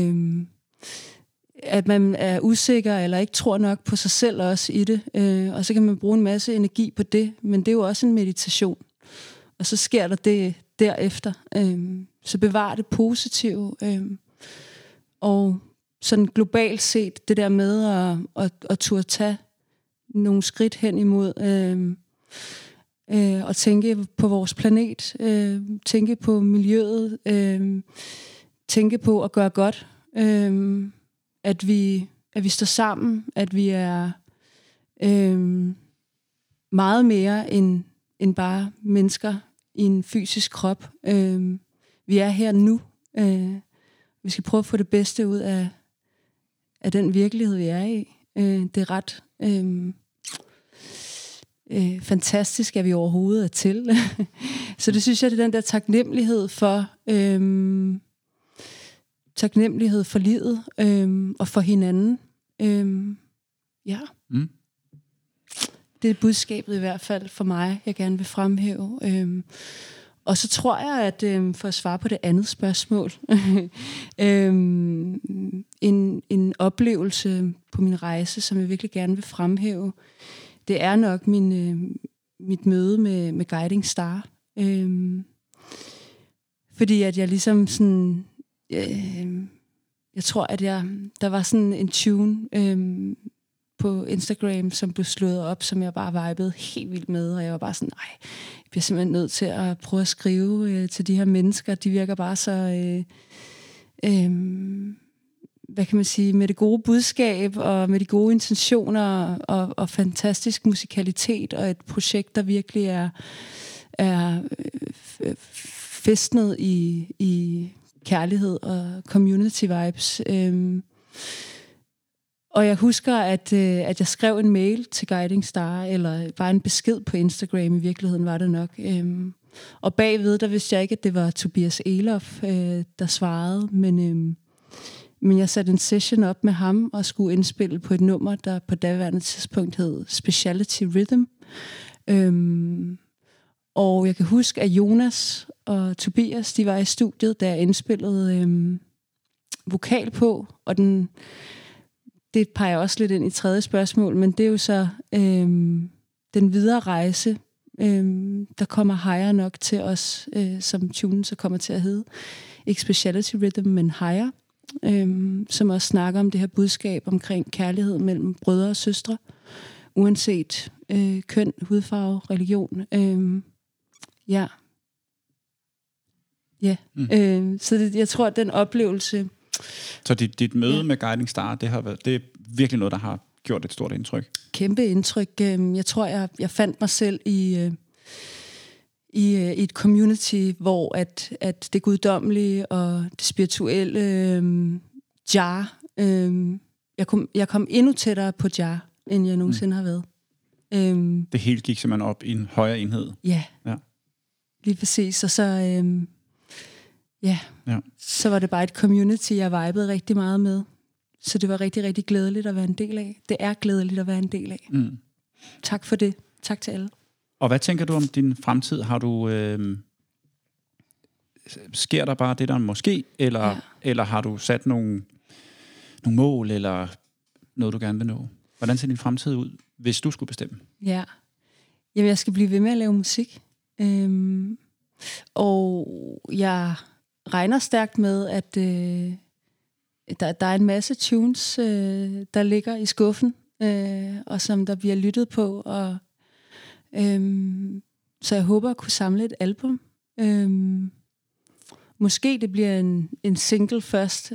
at man er usikker eller ikke tror nok på sig selv også i det. Og så kan man bruge en masse energi på det, men det er jo også en meditation. Og så sker der det derefter. Så bevar det positive. Og sådan globalt set, det der med at turde tage nogle skridt hen imod og tænke på vores planet, tænke på miljøet, tænke på at gøre godt, at vi står sammen, at vi er meget mere end bare mennesker i en fysisk krop. Vi er her nu. Vi skal prøve at få det bedste ud af den virkelighed, vi er i. Det er ret fantastisk, at vi overhovedet er til. Så det synes jeg, det er den der taknemmelighed for livet og for hinanden. Ja. Det er budskabet i hvert fald for mig, jeg gerne vil fremhæve. Og så tror jeg, at for at svare på det andet spørgsmål, en oplevelse på min rejse, som jeg virkelig gerne vil fremhæve, det er nok mit møde med Guiding Star. Fordi at jeg ligesom sådan, jeg tror, at der var sådan en tune på Instagram, som blev slået op, som jeg bare vibede helt vildt med, og jeg var bare sådan, nej, jeg bliver simpelthen nødt til at prøve at skrive til de her mennesker. De virker bare så, hvad kan man sige, med det gode budskab, og med de gode intentioner, og fantastisk musikalitet, og et projekt, der virkelig er fæstnet i kærlighed og community vibes. Og jeg husker, at jeg skrev en mail til Guiding Star, eller bare en besked på Instagram, i virkeligheden var det nok, Og bagved, der vidste jeg ikke, at det var Tobias Elof, der svarede, men jeg satte en session op med ham og skulle indspille på et nummer, der på daværende tidspunkt hed Speciality Rhythm. Og jeg kan huske, at Jonas og Tobias, de var i studiet, da jeg indspillede vokal på, og det peger også lidt ind i tredje spørgsmål, men det er jo så den videre rejse, der kommer higher nok til os, som tunen så kommer til at hedde. Ikke Speciality Rhythm, men higher, som også snakker om det her budskab omkring kærlighed mellem brødre og søstre, uanset køn, hudfarve, religion. Så jeg tror, at den oplevelse... Så dit møde med Guiding Star, det er virkelig noget, der har gjort et stort indtryk? Kæmpe indtryk. Jeg tror, jeg fandt mig selv i et community, hvor at det guddommelige og det spirituelle Jah, jeg kom endnu tættere på Jah, end jeg nogensinde har været. Det hele gik simpelthen op i en højere enhed? Ja. Lige præcis. Og så... så var det bare et community, jeg vibede rigtig meget med. Så det var rigtig, rigtig glædeligt at være en del af. Det er glædeligt at være en del af. Tak for det. Tak til alle. Og hvad tænker du om din fremtid? Har du... sker der bare det, der måske? Eller har du sat nogle mål, eller noget, du gerne vil nå? Hvordan ser din fremtid ud, hvis du skulle bestemme? Ja. Jamen, jeg skal blive ved med at lave musik. Og jeg regner stærkt med, at der er en masse tunes, der ligger i skuffen, og som der bliver lyttet på. Og, så jeg håber at kunne samle et album. Måske det bliver en single først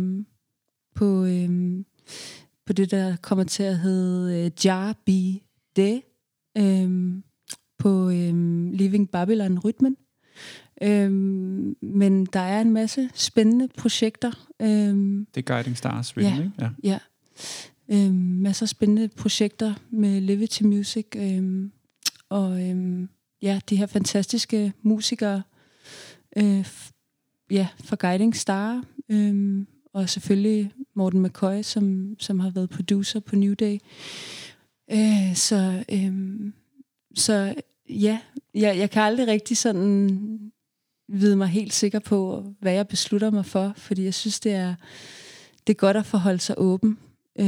på det, der kommer til at hedde Jah Be Day på Leaving Babylon-rytmen. Men der er en masse spændende projekter. Det er Guiding Stars, ikke? Ja. Masser af spændende projekter med Levity Music. Og de her fantastiske musikere fra Guiding Star. Og selvfølgelig Morten McCoy, som har været producer på New Day. Jeg kan aldrig rigtig sådan vide mig helt sikker på, hvad jeg beslutter mig for, fordi jeg synes, det er godt at forholde sig åben.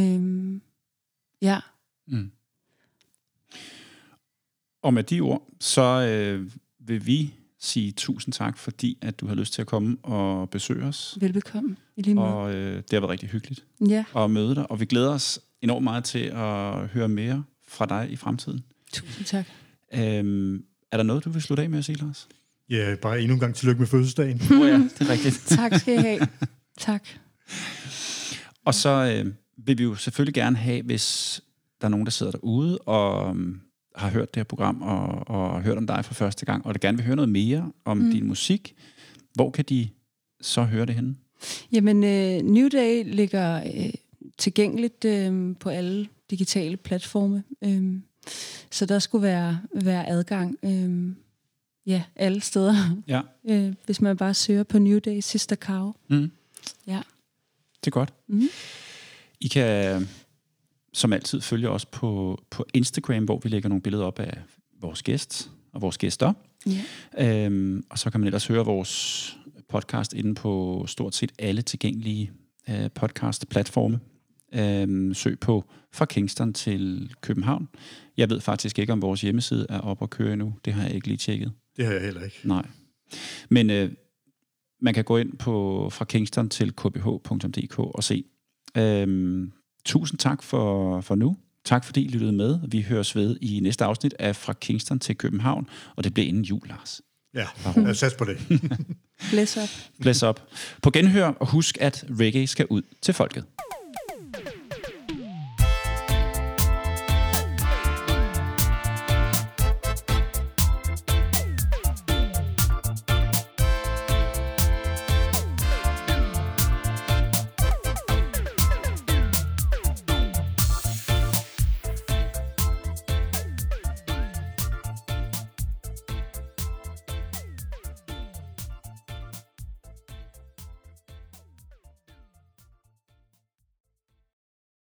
Og med de ord, så vil vi sige tusind tak, fordi at du har lyst til at komme og besøge os. Velbekomme. I lige måde. Og det har været rigtig hyggeligt at møde dig, og vi glæder os enormt meget til at høre mere fra dig i fremtiden. Tusind tak. Er der noget, du vil slutte af med at sige, Lars? Ja, bare endnu en gang tillykke med fødselsdagen. Ja, det er rigtigt. Tak skal I have. Tak. Og så vil vi jo selvfølgelig gerne have, hvis der er nogen, der sidder derude og har hørt det her program og hørt om dig for første gang, og der gerne vil høre noget mere om din musik. Hvor kan de så høre det henne? Jamen, New Day ligger tilgængeligt på alle digitale platforme. Så der skulle være adgang alle steder. Ja. Hvis man bare søger på New Day Sister Cow. Ja. Det er godt. I kan som altid følge os på Instagram, hvor vi lægger nogle billeder op af vores gæst og vores gæster. Ja. Og så kan man ellers høre vores podcast inde på stort set alle tilgængelige podcast-platforme. Søg på Fra Kingston til København. Jeg ved faktisk ikke, om vores hjemmeside er oppe at køre endnu. Det har jeg ikke lige tjekket. Det har jeg heller ikke. Nej. Men man kan gå ind på Fra Kingston til kbh.dk og se. Tusind tak for nu. Tak fordi I lyttede med. Vi høres ved i næste afsnit af Fra Kingston til København, og det bliver inden jul, Lars. Ja, jeg sats på det. Bless up. Bless up. På genhør, og husk, at reggae skal ud til folket.